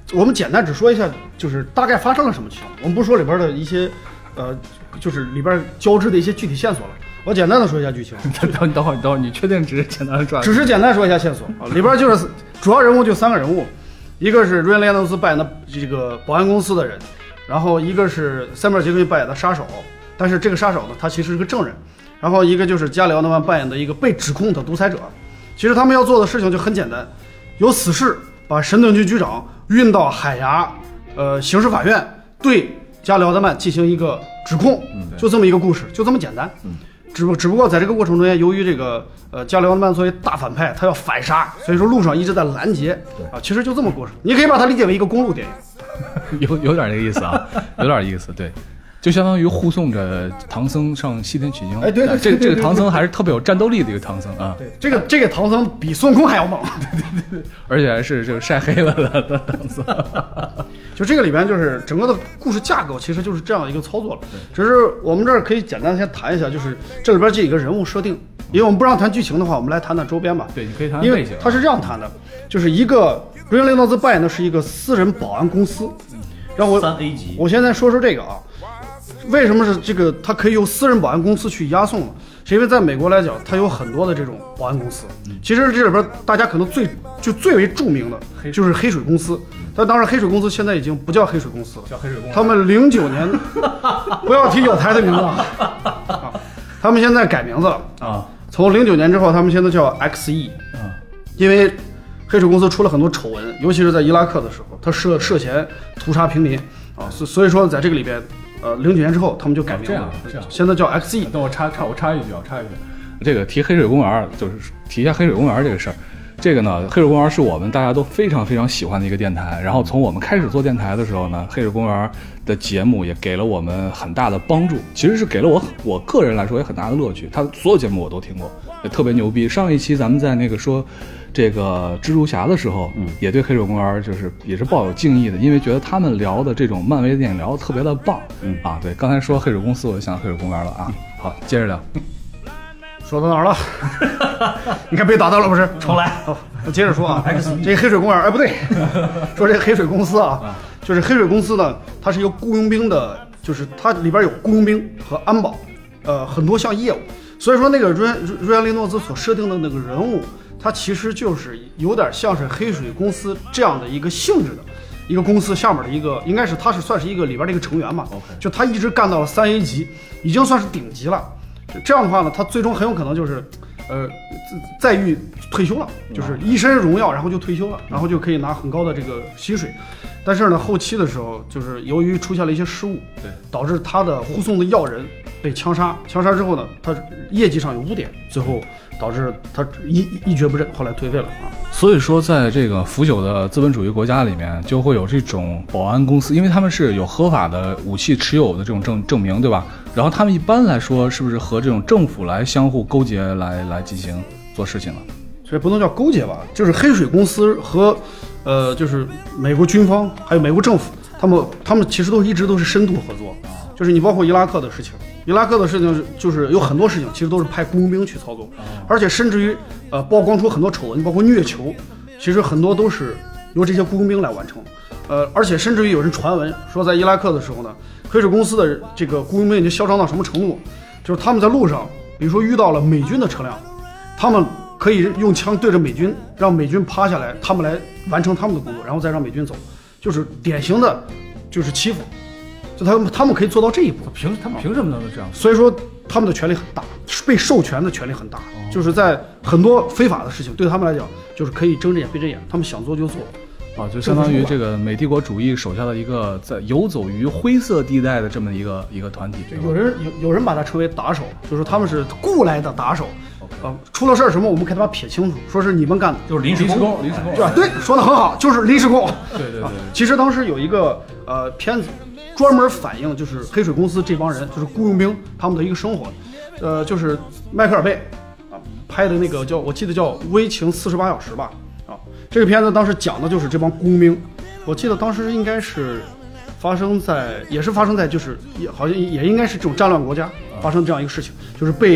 我们简单只说一下，就是大概发生了什么情况。我们不说里边的一些，呃，就是里边交织的一些具体线索了。我简单的说一下剧情。 等你等会儿，等会儿，你确定只是简单的说？ 只是简单说一下线索啊，里边就是主要人物就三个人物，一个是瑞恩·雷诺兹扮演的这个保安公司的人，然后一个是塞缪尔·杰克逊扮演的杀手，但是这个杀手呢，他其实是个证人，然后一个就是加里奥纳曼扮演的一个被指控的独裁者。其实他们要做的事情就很简单，有死士把神盾局局长运到海牙呃刑事法院，对加里奥纳曼进行一个指控，就这么一个故事，就这么简单。嗯，只不只不过在这个过程中间，由于这个呃加里奥纳曼作为大反派，他要反杀，所以说路上一直在拦截啊，其实就这么故事，你可以把它理解为一个公路电影， 有有点这个意思啊，有点意思，对。就相当于护送着唐僧上西天取经。 哎，对对， 这个这个唐僧还是特别有战斗力的一个唐僧啊。 对，这个这个唐僧比孙悟空还要猛。 对对对对，而且还是这个晒黑了的唐僧。 就这个里边就是整个的故事架构，其实就是这样一个操作了。只是我们这儿可以简单先谈一下，就是这里边这几个人物设定，因为我们不让谈剧情的话，我们来谈谈周边吧。 对，你可以谈因为他是这样谈的，就是一个瑞恩·雷诺兹扮演的是一个私人保安公司，让我三 A 级。 我现在说说这个啊。为什么是这个？它可以由私人保安公司去押送呢？是因为在美国来讲，它有很多的这种保安公司。其实这里边大家可能最就最为著名的就是黑水公司，但当然黑水公司现在已经不叫黑水公司了， 叫黑水公司。 他们零九年不要提有台的名字啊，他们现在改名字了啊。从零九年之后，他们现在叫 X E 啊，因为黑水公司出了很多丑闻，尤其是在伊拉克的时候，他涉涉嫌屠杀平民啊，所所以说在这个里边。呃，零九年之后，他们就改名了，这样这样，现在叫 X E。 等我插插我插一句啊，插一句，这个提黑水公园，就是提一下黑水公园这个事儿。这个呢，黑水公园是我们大家都非常非常喜欢的一个电台。然后从我们开始做电台的时候呢，黑水公园的节目也给了我们很大的帮助，其实是给了我我个人来说也很大的乐趣。他所有节目我都听过，也特别牛逼。上一期咱们在那个说这个蜘蛛侠的时候，嗯，也对黑水公园就是也是抱有敬意的，因为觉得他们聊的这种漫威电影聊的特别的棒，嗯啊，对，刚才说黑水公司，我就想到黑水公园了啊。好，接着聊。 说到哪儿了？你看被打到了不是？ 重来。 好，我接着说啊。这黑水公园，哎，不对，说这黑水公司啊，就是黑水公司呢，它是一个雇佣兵的，就是它里边有雇佣兵和安保，呃，很多项业务。所以说那个瑞瑞安·雷诺兹所设定的那个人物，他其实就是有点像是黑水公司这样的一个性质的一个公司下面的一个，应该是他是算是一个里边的一个成员嘛。Okay. 就他一直干到了三 A 级，已经算是顶级了。这样的话呢，他最终很有可能就是，呃，再遇退休了，就是一身荣耀，然后就退休了，然后就可以拿很高的这个薪水。但是呢，后期的时候，就是由于出现了一些失误，对，导致他的护送的要人被枪杀，枪杀之后呢，他业绩上有污点，最后导致他一一蹶不振，后来退位了啊。 所以说，在这个腐朽的资本主义国家里面，就会有这种保安公司，因为他们是有合法的武器持有的这种证证明，对吧？然后他们一般来说，是不是和这种政府来相互勾结来来进行做事情呢？ 这不能叫勾结吧，就是黑水公司和，呃，就是美国军方还有美国政府，他们他们其实都一直都是深度合作，就是你包括伊拉克的事情，伊拉克的事情就是有很多事情其实都是派雇佣兵去操作，而且甚至于呃曝光出很多丑闻，包括虐囚，其实很多都是由这些雇佣兵来完成，呃，而且甚至于有人传闻说，在伊拉克的时候呢，黑水公司的这个雇佣兵已经嚣张到什么程度，就是他们在路上，比如说遇到了美军的车辆，他们可以用枪对着美军，让美军趴下来，他们来完成他们的工作，然后再让美军走，就是典型的，就是欺负，就他们他们可以做到这一步。 凭他们凭什么能这样？ 所以说他们的权力很大，被授权的权力很大，哦、就是在很多非法的事情对他们来讲，就是可以睁着眼闭着眼，他们想做就做。 啊，就相当于这个美帝国主义手下的一个在游走于灰色地带的这么一个一个团体。 有人有有人把它称为打手，就是他们是雇来的打手。呃，出了事儿什么，我们给他们撇清楚，说是你们干的， 就是临时工， 临时工， 对吧？对，说的很好，就是临时工。 对对对、啊。 其实当时有一个呃片子，专门反映就是黑水公司这帮人，就是雇佣兵他们的一个生活，呃，就是迈克尔贝啊拍的那个叫，我记得叫《危情四十八小时》吧。啊，这个片子当时讲的就是这帮雇佣兵，我记得当时应该是发生在，也是发生在就是也好像也应该是这种战乱国家发生这样一个事情，就是被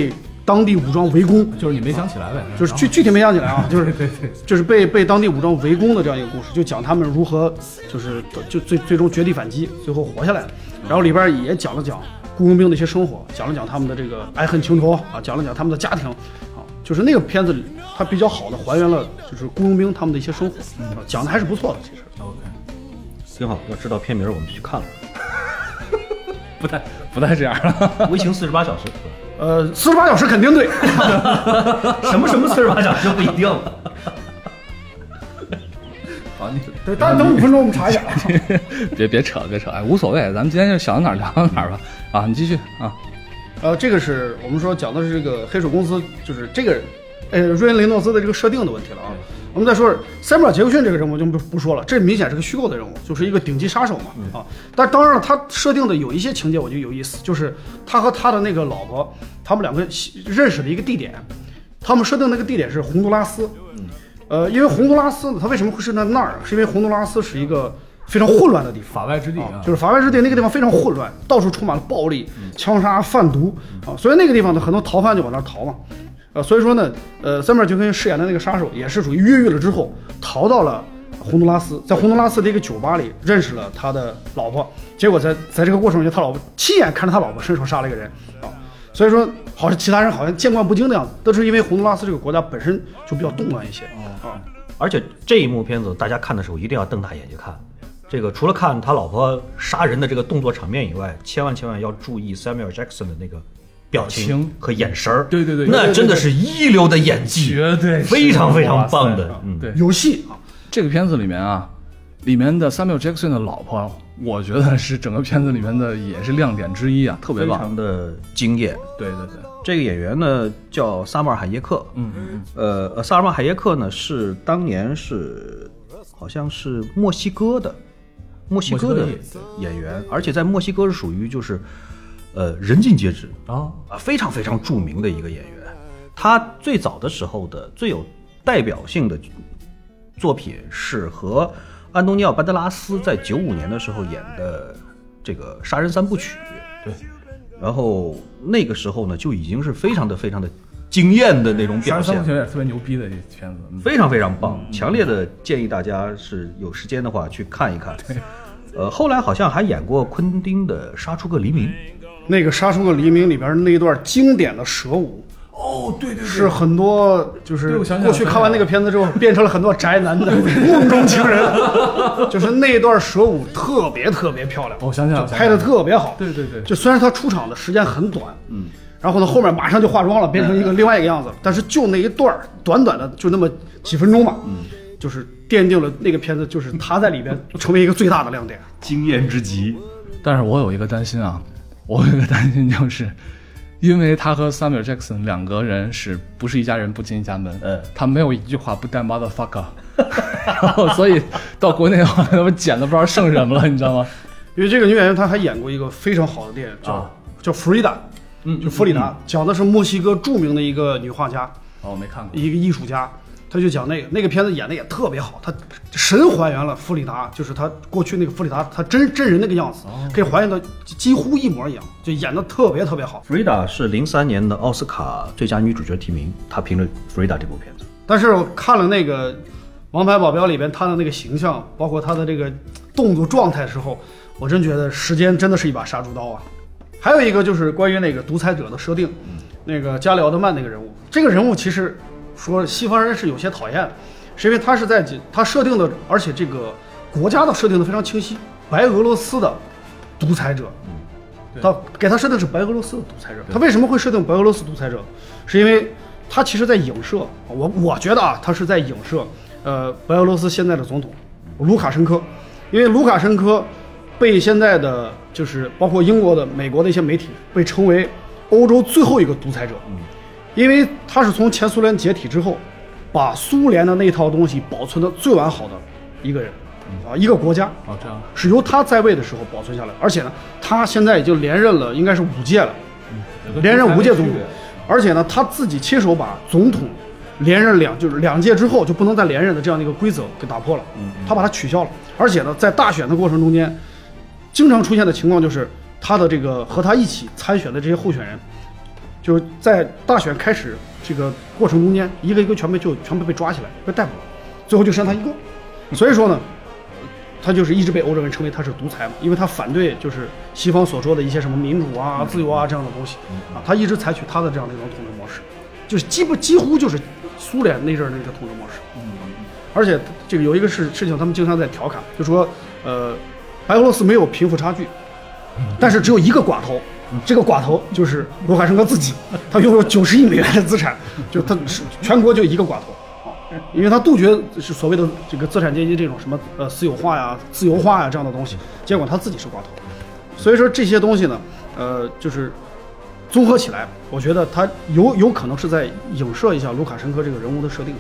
当地武装围攻， 就是你没想起来呗， 就是具具体没想起来啊，就是对对， 就是被被当地武装围攻的这样一个故事，就讲他们如何就是就最最终绝地反击，最后活下来了。然后里边也讲了讲雇佣兵的一些生活，讲了讲他们的这个爱恨情仇啊，讲了讲他们的家庭啊，就是那个片子它比较好的还原了就是雇佣兵他们的一些生活，啊、讲的还是不错的，其实。 OK， 挺好。要知道片名我们就去看了， 不太不太这样了。 微型四十八小时。 呃，四十八小时肯定对， 什么什么四十八小时不一定。 好，你对，但是等五分钟我们查一下。 别别扯别扯，哎，无所谓，咱们今天就想到哪儿聊到哪儿吧。啊，你继续啊。 呃，这个是我们说讲的是这个黑手公司，就是这个，呃，瑞恩·雷诺兹的这个设定的问题了啊。我们再说塞缪尔·杰克逊这个人物就不不说了，这明显是个虚构的人物，就是一个顶级杀手嘛啊。但当然了，他设定的有一些情节我觉得有意思，就是他和他的那个老婆，他们两个认识的一个地点，他们设定那个地点是洪都拉斯。呃，因为洪都拉斯呢，他为什么会是在那儿？是因为洪都拉斯是一一个非常混乱的地方， 法外之地啊，就是法外之地，那个地方非常混乱，到处充满了暴力、枪杀、贩毒啊，所以那个地方呢，很多逃犯就往那儿逃嘛。呃，所以说呢，呃，塞缪尔·杰克逊饰演的那个杀手也是属于越狱了之后逃到了洪都拉斯，在洪都拉斯的一个酒吧里认识了他的老婆，结果在在这个过程中，他老婆亲眼看着他老婆伸手杀了一个人啊，所以说好像其他人好像见惯不惊的样子，都是因为洪都拉斯这个国家本身就比较动乱一些啊。 而且这一幕片子大家看的时候一定要瞪大眼睛看，这个除了看他老婆杀人的这个动作场面以外，千万千万要注意 Samuel Jackson 的那个表情和眼神儿， 对对对， 那真的是一流的演技， 绝对非常非常棒的。嗯， 对， 游戏啊， 这个片子里面啊，里面的 Samuel Jackson 的老婆，我觉得是整个片子里面的也是亮点之一啊，特别棒， 非常的惊艳。 对对对， 这个演员呢叫萨默尔·海耶克， 嗯嗯嗯， 呃呃，萨默尔·海耶克呢是当年是好像是墨西哥的墨西哥的演员，而且在墨西哥是属于就是呃人尽皆知啊啊，非常非常著名的一个演员。他最早的时候的最有代表性的作品是和安东尼奥·班德拉斯在九五年的时候演的这个《杀人三部曲》。 对。 然后那个时候呢，就已经是非常的非常的惊艳的那种表现， 有点特别牛逼的一片子，嗯、 非常非常棒，强烈的建议大家是有时间的话去看一看。呃，后来好像还演过昆汀的《杀出个黎明》， 那个《杀出个黎明》里边那一段经典的蛇舞。 哦，对对对， 是很多就是过去看完那个片子之后， 对变成了很多宅男的梦中情人，就是那段蛇舞特别特别漂亮， 我想想， 拍的特别好。 对对对， 就虽然他出场的时间很短，嗯，然后呢后面马上就化妆了，变成一个另外一个样子了，但是就那一段短短的就那么几分钟吧，嗯，就是奠定了那个片子就是他在里边成为一个最大的亮点， 惊艳之极。 但是我有一个担心啊，我有一个担心就是。因为他和 Samuel Jackson 两个人是不是一家人不进一家门？嗯，他没有一句话不带 motherfucker， 然后所以到国内的话，他们剪的不知道剩什么了，你知道吗？ 因为这个女演员她还演过一个非常好的电影，叫、啊、叫弗里达，嗯，就弗里达、嗯，讲的是墨西哥著名的一个女画家， 哦，我没看过， 一个艺术家。他就讲那个那个片子演的也特别好，他神还原了弗里达，就是他过去那个弗里达，他真真人那个样子，可以还原到几乎一模一样，就演的特别特别好。 弗里达是零三年的奥斯卡最佳女主角提名，她凭着弗里达这部片子。 但是我看了那个《王牌保镖》里边她的那个形象，包括她的这个动作状态的时候，我真觉得时间真的是一把杀猪刀啊。还有一个就是关于那个独裁者的设定，那个加里奥德曼那个人物，这个人物其实。说西方人是有些讨厌，是因为他是在他设定的，而且这个国家的设定的非常清晰，白俄罗斯的独裁者，他给他设定是白俄罗斯的独裁者。他为什么会设定白俄罗斯独裁者？是因为他其实在影射我，我觉得啊，他是在影射呃白俄罗斯现在的总统卢卡申科，因为卢卡申科被现在的就是包括英国的、美国的一些媒体被称为欧洲最后一个独裁者。因为他是从前苏联解体之后，把苏联的那套东西保存的最完好的一个人，啊，一个国家， 哦，这样是由他在位的时候保存下来，而且呢，他现在已经连任了，应该是五届了，连任五届总统，而且呢，他自己亲手把总统连任两就是两届之后就不能再连任的这样的一个规则给打破了，他把它取消了，而且呢，在大选的过程中间，经常出现的情况就是他的这个和他一起参选的这些候选人。 就是在大选开始这个过程中间，一个一个全被就全部被抓起来，被逮捕了，最后就剩他一个。所以说呢，他就是一直被欧洲人称为他是独裁嘛，因为他反对就是西方所说的一些什么民主啊、自由啊这样的东西啊，他一直采取他的这样的一种统治模式，就是基本几乎就是苏联那阵儿那个统治模式。而且这个有一个事事情，他们经常在调侃，就说呃，白俄罗斯没有贫富差距，但是只有一个寡头。这个寡头就是卢卡申科自己，他拥有九十亿美元的资产，就他是全国就一个寡头啊，因为他杜绝是所谓的这个资产阶级这种什么呃私有化呀、自由化呀这样的东西，结果他自己是寡头，所以说这些东西呢，呃，就是综合起来，我觉得他有有可能是在影射一下卢卡申科这个人物的设定，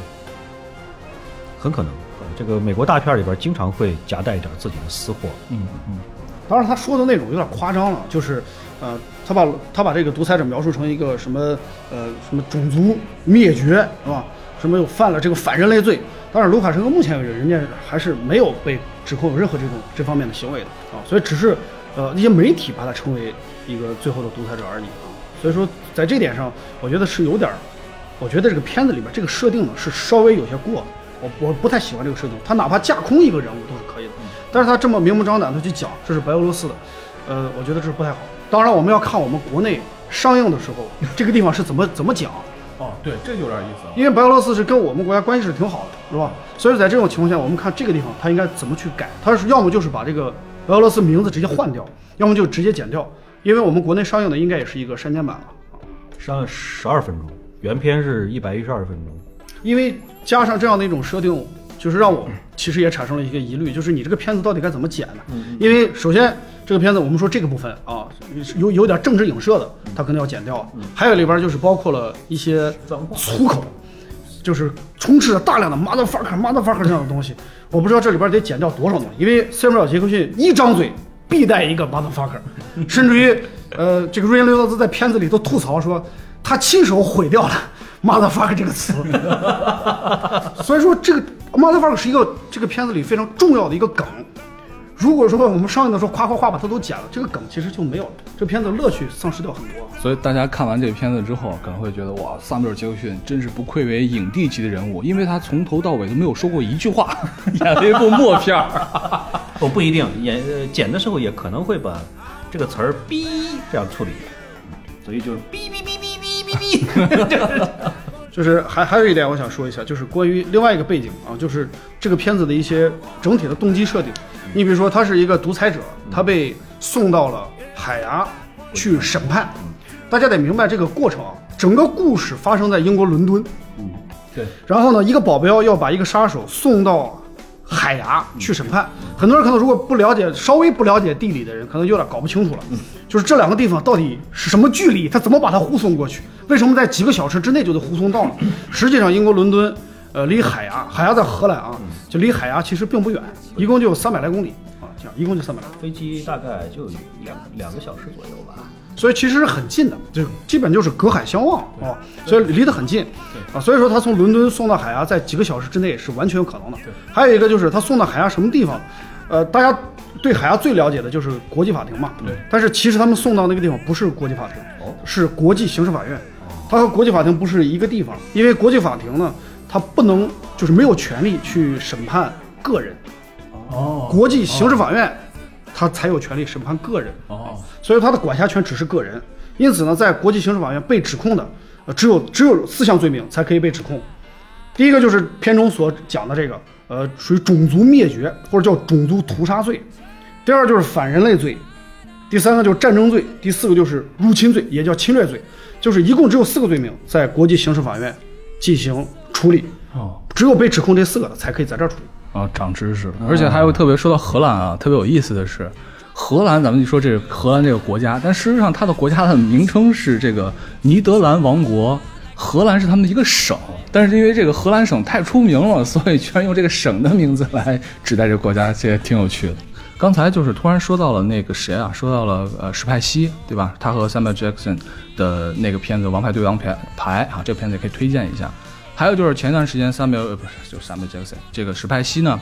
很可能。这个美国大片里边经常会夹带一点自己的私货， 嗯嗯。 当然，他说的内容有点夸张了，就是，呃，他把他把这个独裁者描述成一个什么，呃，什么种族灭绝，是吧？什么又犯了这个反人类罪。当然，卢卡申科目前为止，人家还是没有被指控有任何这种这方面的行为的啊，所以只是，呃，一些媒体把他称为一个最后的独裁者而已啊。所以说，在这点上，我觉得是有点，我觉得这个片子里边这个设定呢是稍微有些过的。我我不太喜欢这个设定，他哪怕架空一个人物都是可以的，但是他这么明目张胆的去讲这是白俄罗斯的，呃，我觉得这是不太好。当然，我们要看我们国内上映的时候，这个地方是怎么怎么讲。 哦，对，这就有点意思了。 因为白俄罗斯是跟我们国家关系是挺好的，是吧？所以在这种情况下，我们看这个地方他应该怎么去改。他是要么就是把这个白俄罗斯名字直接换掉，要么就直接剪掉。因为我们国内上映的应该也是一个删减版了， 上十二分钟，原片是一百一十二分钟。 因为加上这样的一种设定，就是让我其实也产生了一个疑虑，就是你这个片子到底该怎么剪呢？因为首先这个片子我们说这个部分啊，有有点政治影射的，它可能要剪掉。还有里边就是包括了一些粗口，就是充斥着大量的 motherfucker motherfucker 这样的东西。我不知道这里边得剪掉多少东西，因为塞缪尔·杰克逊一张嘴必带一个 motherfucker， 甚至于呃，这个瑞恩·刘道兹在片子里都吐槽说，他亲手毁掉了 motherfucker 这个词。所以说这个 motherfucker 是一个这个片子里非常重要的一个梗。如果说我们上映的时候夸夸夸把它都剪了，这个梗其实就没有了，这片子乐趣丧失掉很多。 所以大家看完这个片子之后，可能会觉得哇，萨缪尔·杰克逊真是不愧为影帝级的人物，因为他从头到尾都没有说过一句话，演了一部默片儿。 哦，不一定，演呃剪的时候也可能会把这个词儿“逼”这样处理，所以就是“逼逼逼逼逼逼逼”。 就是还还有一点我想说一下，就是关于另外一个背景啊，就是这个片子的一些整体的动机设定。你比如说，他是一个独裁者，他被送到了海牙去审判。大家得明白这个过程啊，整个故事发生在英国伦敦。 嗯，对。 然后呢，一个保镖要把一个杀手送到海牙去审判。很多人可能如果不了解，稍微不了解地理的人，可能有点搞不清楚了。就是这两个地方到底是什么距离，他怎么把它护送过去？为什么在几个小时之内就得护送到了？实际上，英国伦敦。呃，离海牙，海牙在荷兰啊，就离海牙其实并不远，一共就有三百来公里啊，这样一共就三百来公里， 飞机大概就两两个小时左右吧， 所以其实是很近的，就基本就是隔海相望啊，所以离得很近啊，所以说他从伦敦送到海牙，在几个小时之内是完全有可能的。还有一个就是他送到海牙什么地方，呃，大家对海牙最了解的就是国际法庭嘛， 对， 但是其实他们送到那个地方不是国际法庭， 哦， 是国际刑事法院，它和国际法庭不是一个地方，因为国际法庭呢。他不能就是没有权利去审判个人，哦，国际刑事法院他才有权利审判个人，哦，所以他的管辖权只是个人。因此呢，在国际刑事法院被指控的，呃，只有只有四项罪名才可以被指控。第一个就是片中所讲的这个，呃，属于种族灭绝或者叫种族屠杀罪；第二就是反人类罪；第三个就是战争罪；第四个就是入侵罪，也叫侵略罪。就是一共只有四个罪名在国际刑事法院进行处理，哦，只有被指控这四个的才可以在这儿处理。 哦，长知识了。而且还有特别说到荷兰啊，特别有意思的是，荷兰咱们就说这是荷兰这个国家，但事实上它的国家的名称是这个尼德兰王国，荷兰是他们的一个省，但是因为这个荷兰省太出名了，所以居然用这个省的名字来指代这个国家，这也挺有趣的。刚才就是突然说到了那个谁啊，说到了呃史派西，对吧？他和 Samuel Jackson 的那个片子《王牌对王牌》啊，这个片子也可以推荐一下。还有就是前段时间 Samuel 呃不是就是 Samuel Jackson 这个史派西呢，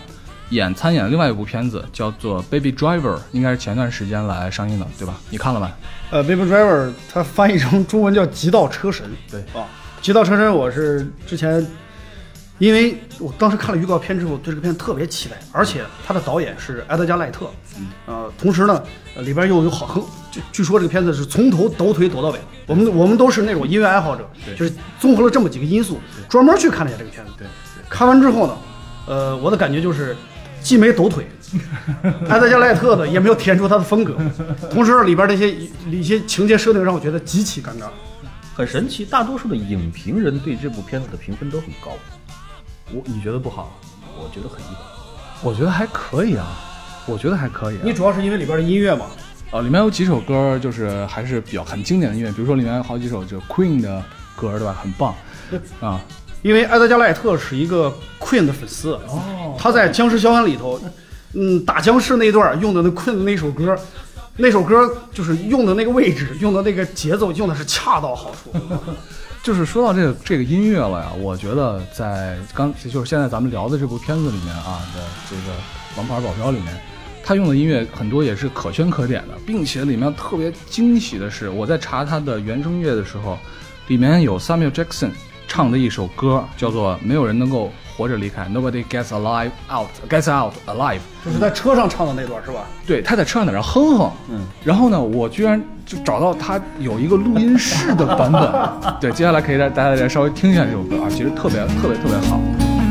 演参演另外一部片子叫做《Baby Driver》，应该是前段时间来上映的，对吧？你看了吗？ 呃，《Baby Driver》它翻译成中文叫《极道车神》。 对啊，《极道车神》我是之前，因为我当时看了预告片之后，对这个片特别期待，而且他的导演是埃德加·赖特，嗯，呃，同时呢，呃、里边又有好很，据据说这个片子是从头抖腿抖到尾。我们我们都是那种音乐爱好者，就是综合了这么几个因素，专门去看了一下这个片子。 对， 看完之后呢，呃，我的感觉就是既没抖腿，埃德加·赖特的也没有体现出他的风格，同时里边这些一些情节设定让我觉得极其尴尬。 很神奇，大多数的影评人对这部片子的评分都很高。 我你觉得不好？ 我觉得很一般。 我觉得还可以啊，我觉得还可以、啊。 你主要是因为里边的音乐嘛？ 呃，里面有几首歌就是还是比较很经典的音乐，比如说里面有好几首就 Queen 的歌，对吧？很棒啊。 因为埃德加·赖特是一个 Queen 的粉丝，哦，他在《僵尸肖恩》里头，嗯，打僵尸那段用的那 Queen 的那首歌，那首歌就是用的那个位置，用的那个节奏，用的是恰到好处。 就是说到这个这个音乐了呀，我觉得在刚就是现在咱们聊的这部片子里面啊的这个《王牌保镖》里面，他用的音乐很多也是可圈可点的，并且里面特别惊喜的是，我在查他的原声乐的时候，里面有 Samuel Jackson 唱的一首歌，叫做《没有人能够活着离开》 ，Nobody gets alive out gets out alive， 就是在车上唱的那段是吧？ 对，他在车上在那哼哼，嗯，然后呢，我居然就找到他有一个录音室的版本，对，接下来可以让大家来稍微听一下这首歌啊，其实特别特别特别好。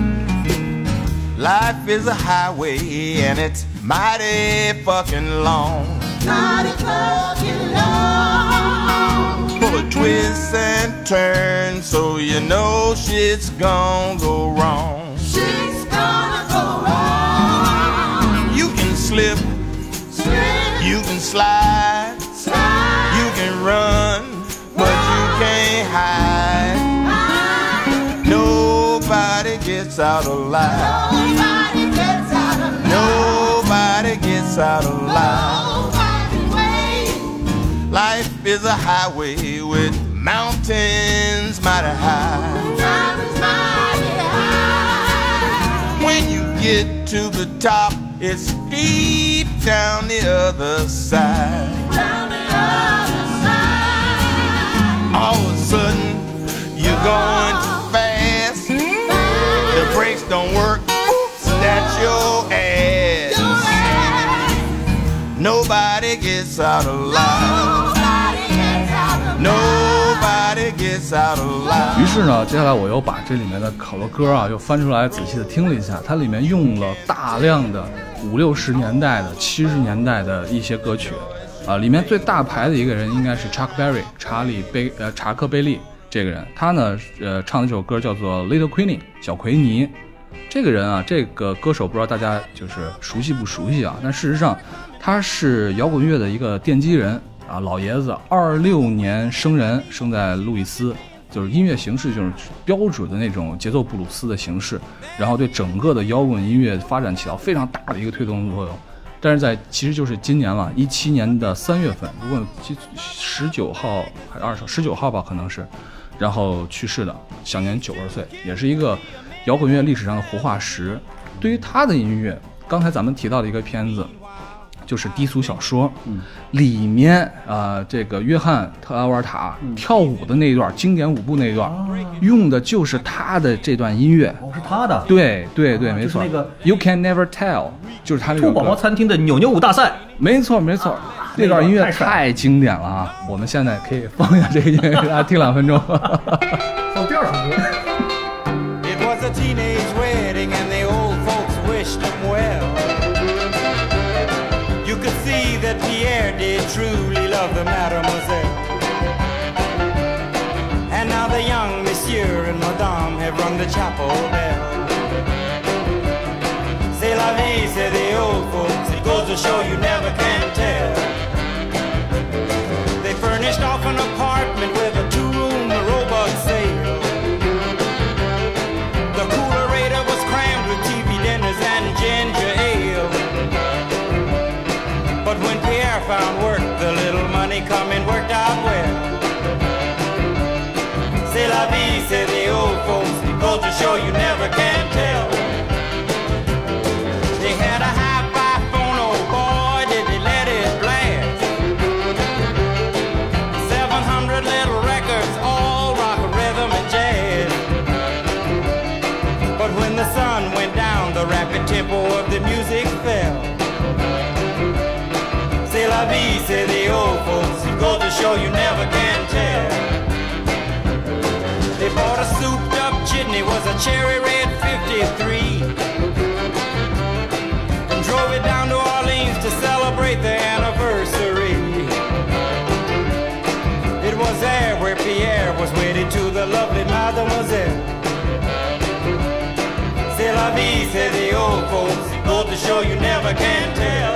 Life is a highway and it's mighty fucking long. Mighty fucking long. Full of twists and turns, so you know shit's gonna go wrong. Shit's gonna go wrong. You can slip, slip. You can slide, slide. You can run, but you can't hide. hide. Nobody gets out alive. Nobody gets out alive. Nobody gets out alive. Life is a highway with mountains mighty high. Mountains mighty high. When you get to the top, it's steep down the other side. Down the other side. All of a sudden, you're going too fast. The brakes don't work. That's your ass. Nobody gets out alive. Nobody gets out alive. 于是呢，接下来我又把这里面的好多歌啊，又翻出来仔细的听了一下，它里面用了大量的五六十年代的、七十年代的一些歌曲啊，里面最大牌的一个人应该是 Chuck Berry 查理贝呃查克贝利这个人，他呢呃唱的这首歌叫做 Little Queenie 小奎尼。这个人啊，这个歌手不知道大家就是熟悉不熟悉啊？但事实上，他是摇滚乐的一个奠基人啊，老爷子，二六年生人，生在路易斯，就是音乐形式就是标准的那种节奏布鲁斯的形式，然后对整个的摇滚音乐发展起到非常大的一个推动作用。但是在其实就是今年了，一七年的三月份，如果十九号还是二十十九号吧，可能是，然后去世的，享年九十岁，也是一个摇滚乐历史上的活化石。对于他的音乐，刚才咱们提到的一个片子就是低俗小说，嗯，里面啊、呃，这个约翰特拉沃尔塔、嗯、跳舞的那一段经典舞步那一段、啊，用的就是他的这段音乐。 哦，是他的。 对对对，啊、没错。 就是那个 You Can Never Tell， 就是他那个。 兔宝宝餐厅的扭扭舞大赛。 没错没错，啊、那段音乐太经典了啊！我们现在可以放一下这个音乐，给大家听两分钟。 放第二首歌。 It was a teenage wedding and the old folks wished him well.You could see that Pierre did truly love the mademoiselle. And now the young monsieur and madame have rung the chapel bell. C'est la vie, say the old folks. It goes to show you never can tell. They furnished off an apartment with a two-room robot sale. The coolerator was crammed with T V dinners and ginger ale.But when Pierre found work, the little money coming worked out well. C'est la vie, say the old folks. It goes to show you never can tell. They tempo of the music fell. C'est la vie, say the old folks. It goes to show you never can tell. They bought a souped up jitney, was a cherry red fifty-three, and drove it down to Orleans to celebrate the anniversary. It was there where Pierre was wedded to the lovely mademoiselle. C'est la vie, say the old folks. It goes to show you never can tell.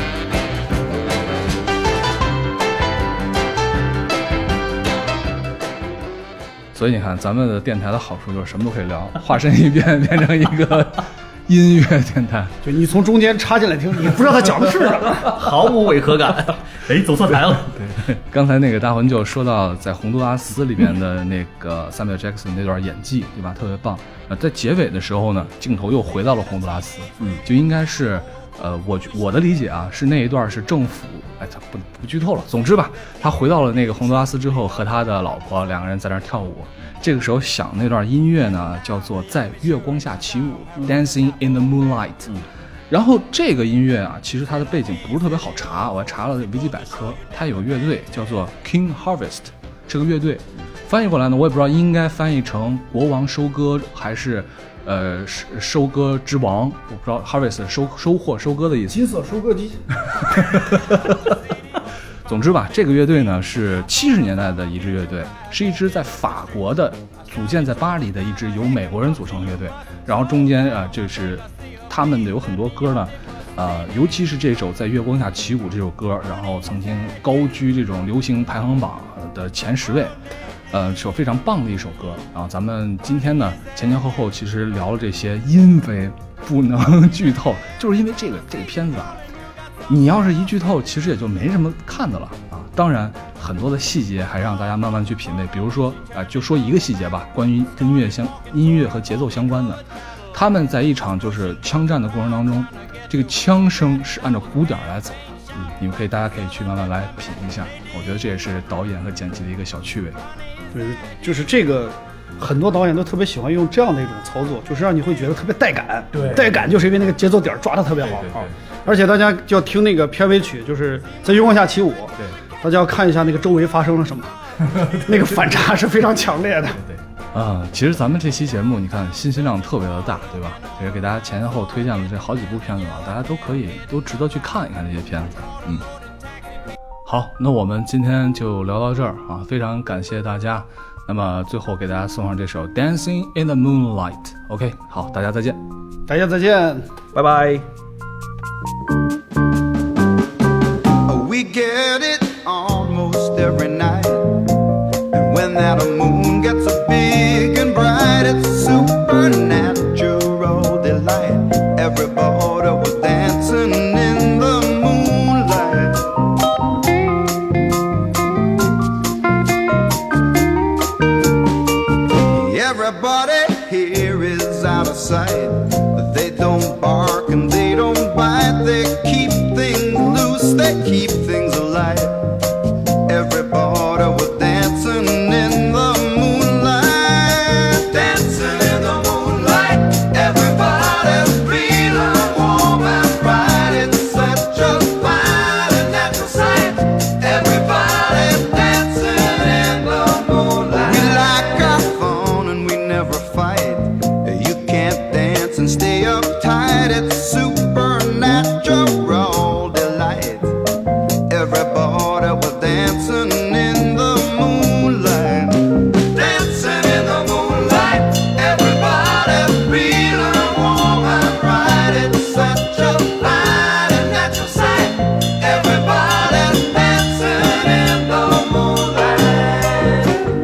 所以你看，咱们的电台的好处就是什么都可以聊，化身一变变成一个音乐电台。 就你从中间插进来听，你不知道他讲的是什么， 毫无违和感。哎，走错台了。 对，刚才那个大魂就说到，在《洪都拉斯》里面的那个 Samuel Jackson 那段演技，对吧？特别棒。呃，在结尾的时候呢，镜头又回到了洪都拉斯，嗯，就应该是。呃，我我的理解啊，是那一段是政府，哎，他不不剧透了。总之吧，他回到了那个洪都拉斯之后，和他的老婆两个人在那儿跳舞。这个时候响那段音乐呢，叫做《在月光下起舞》嗯、（Dancing in the Moonlight）。嗯、然后这个音乐啊，其实它的背景不是特别好查，我还查了维基百科，它有乐队叫做 King Harvest， 这个乐队翻译过来呢，我也不知道应该翻译成国王收割还是。呃，收割之王，我不知道 harvest 收收获收割的意思。 金色收割机。 总之吧，这个乐队呢是七十年代的一支乐队，是一支在法国的组建在巴黎的一支由美国人组成的乐队。然后中间啊、呃，就是他们的有很多歌呢，呃，尤其是这首《在月光下起舞》这首歌，然后曾经高居这种流行排行榜的前十位。呃，是非常棒的一首歌。然后咱们今天呢前前后后其实聊了这些，因为不能剧透，就是因为这个这个片子啊，你要是一剧透，其实也就没什么看的了啊。当然，很多的细节还让大家慢慢去品味。比如说啊、呃，就说一个细节吧，关于跟音乐相音乐和节奏相关的，他们在一场就是枪战的过程当中，这个枪声是按照鼓点来走的。嗯，你们可以大家可以去慢慢来品一下，我觉得这也是导演和剪辑的一个小趣味。 对，就是这个，很多导演都特别喜欢用这样的一种操作，就是让你会觉得特别带感。 对， 带感就是因为那个节奏点抓得特别好。 对对对， 而且大家就要听那个片尾曲，就是在月光下起舞。 对， 大家要看一下那个周围发生了什么，那个反差是非常强烈的。 对对。啊、嗯，其实咱们这期节目，你看信息量特别的大，对吧？也是给大家前前后推荐了这好几部片子啊，大家都可以都值得去看一看这些片子。嗯。好，那我们今天就聊到这儿啊，非常感谢大家。那么最后给大家送上这首 Dancing in the Moonlight。OK， 好，大家再见。 大家再见， 拜拜。 We get it almost every night, and when that moon gets so big and bright, it's a supernatural delight. Everybody was dancing in the moonlight. Everybody here is out of sight, but they don't bark and they don't bite. They keep things loose, they keep things alive. Everybody was dancing in the moonlight, dancing in the moonlight. Everybody's feeling warm and bright. It's such a fine and natural sight. Everybody's dancing in the moonlight. We like our fun and we never fight. You can't dance and stay uptight. It's supernatural delight. Everybody was dancing in the moonlight, dancing in the moonlight. Everybody's feeling warm and bright. It's such a fine and natural sight. Everybody's dancing in the moonlight.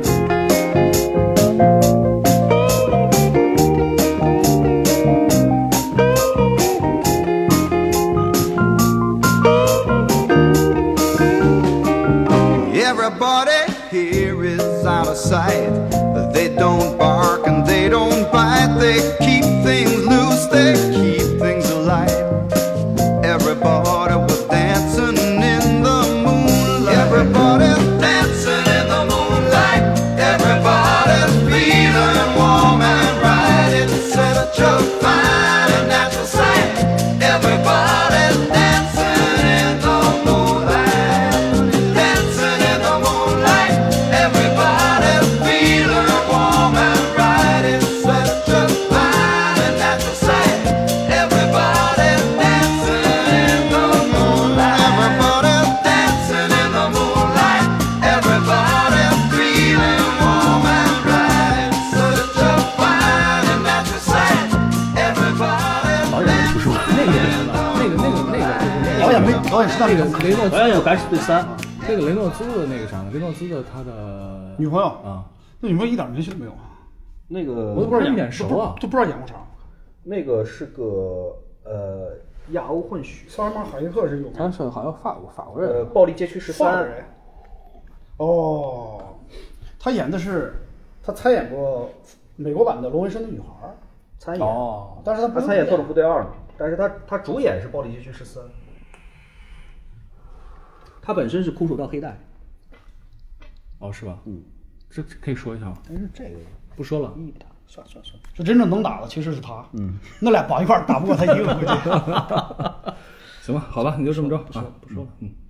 Everybody here is out of sight, but they don't bark and they don't bite. They keep things loose, they keep things alive. Everybody was dancing in the moonlight. Everybody's dancing in the moonlight. Everybody's feeling warm and bright. It's such a fine and natural sight. 演员了，那个那个那个就是导演没导演是那那个雷诺好像有敢死队三， 那个雷诺兹的那个啥呢？雷诺兹的他的女朋友啊， 那女朋友一点联系都没有啊， 那个我都不知道眼熟啊， 都不知道演过啥。 那个是个呃亚欧混血， 萨尔玛哈耶克是有名， 他是好像法国法国呃， 人， 暴力街区十三。 哦，他演的是他参演过美国版的《罗纹身的女孩》， 参演， 哦， 但是他不他参演《特种部队二》嘛，但是他他主演是《暴力街区十三》，他本身是空手道黑带。 哦是吧？嗯，这可以说一下吗？ 但是这个不说了。 意义不大，算算算。 是真正能打的其实是他。嗯，那俩绑一块儿打不过他一个估计。 行吧，好吧，你就这么着啊，不说了，嗯。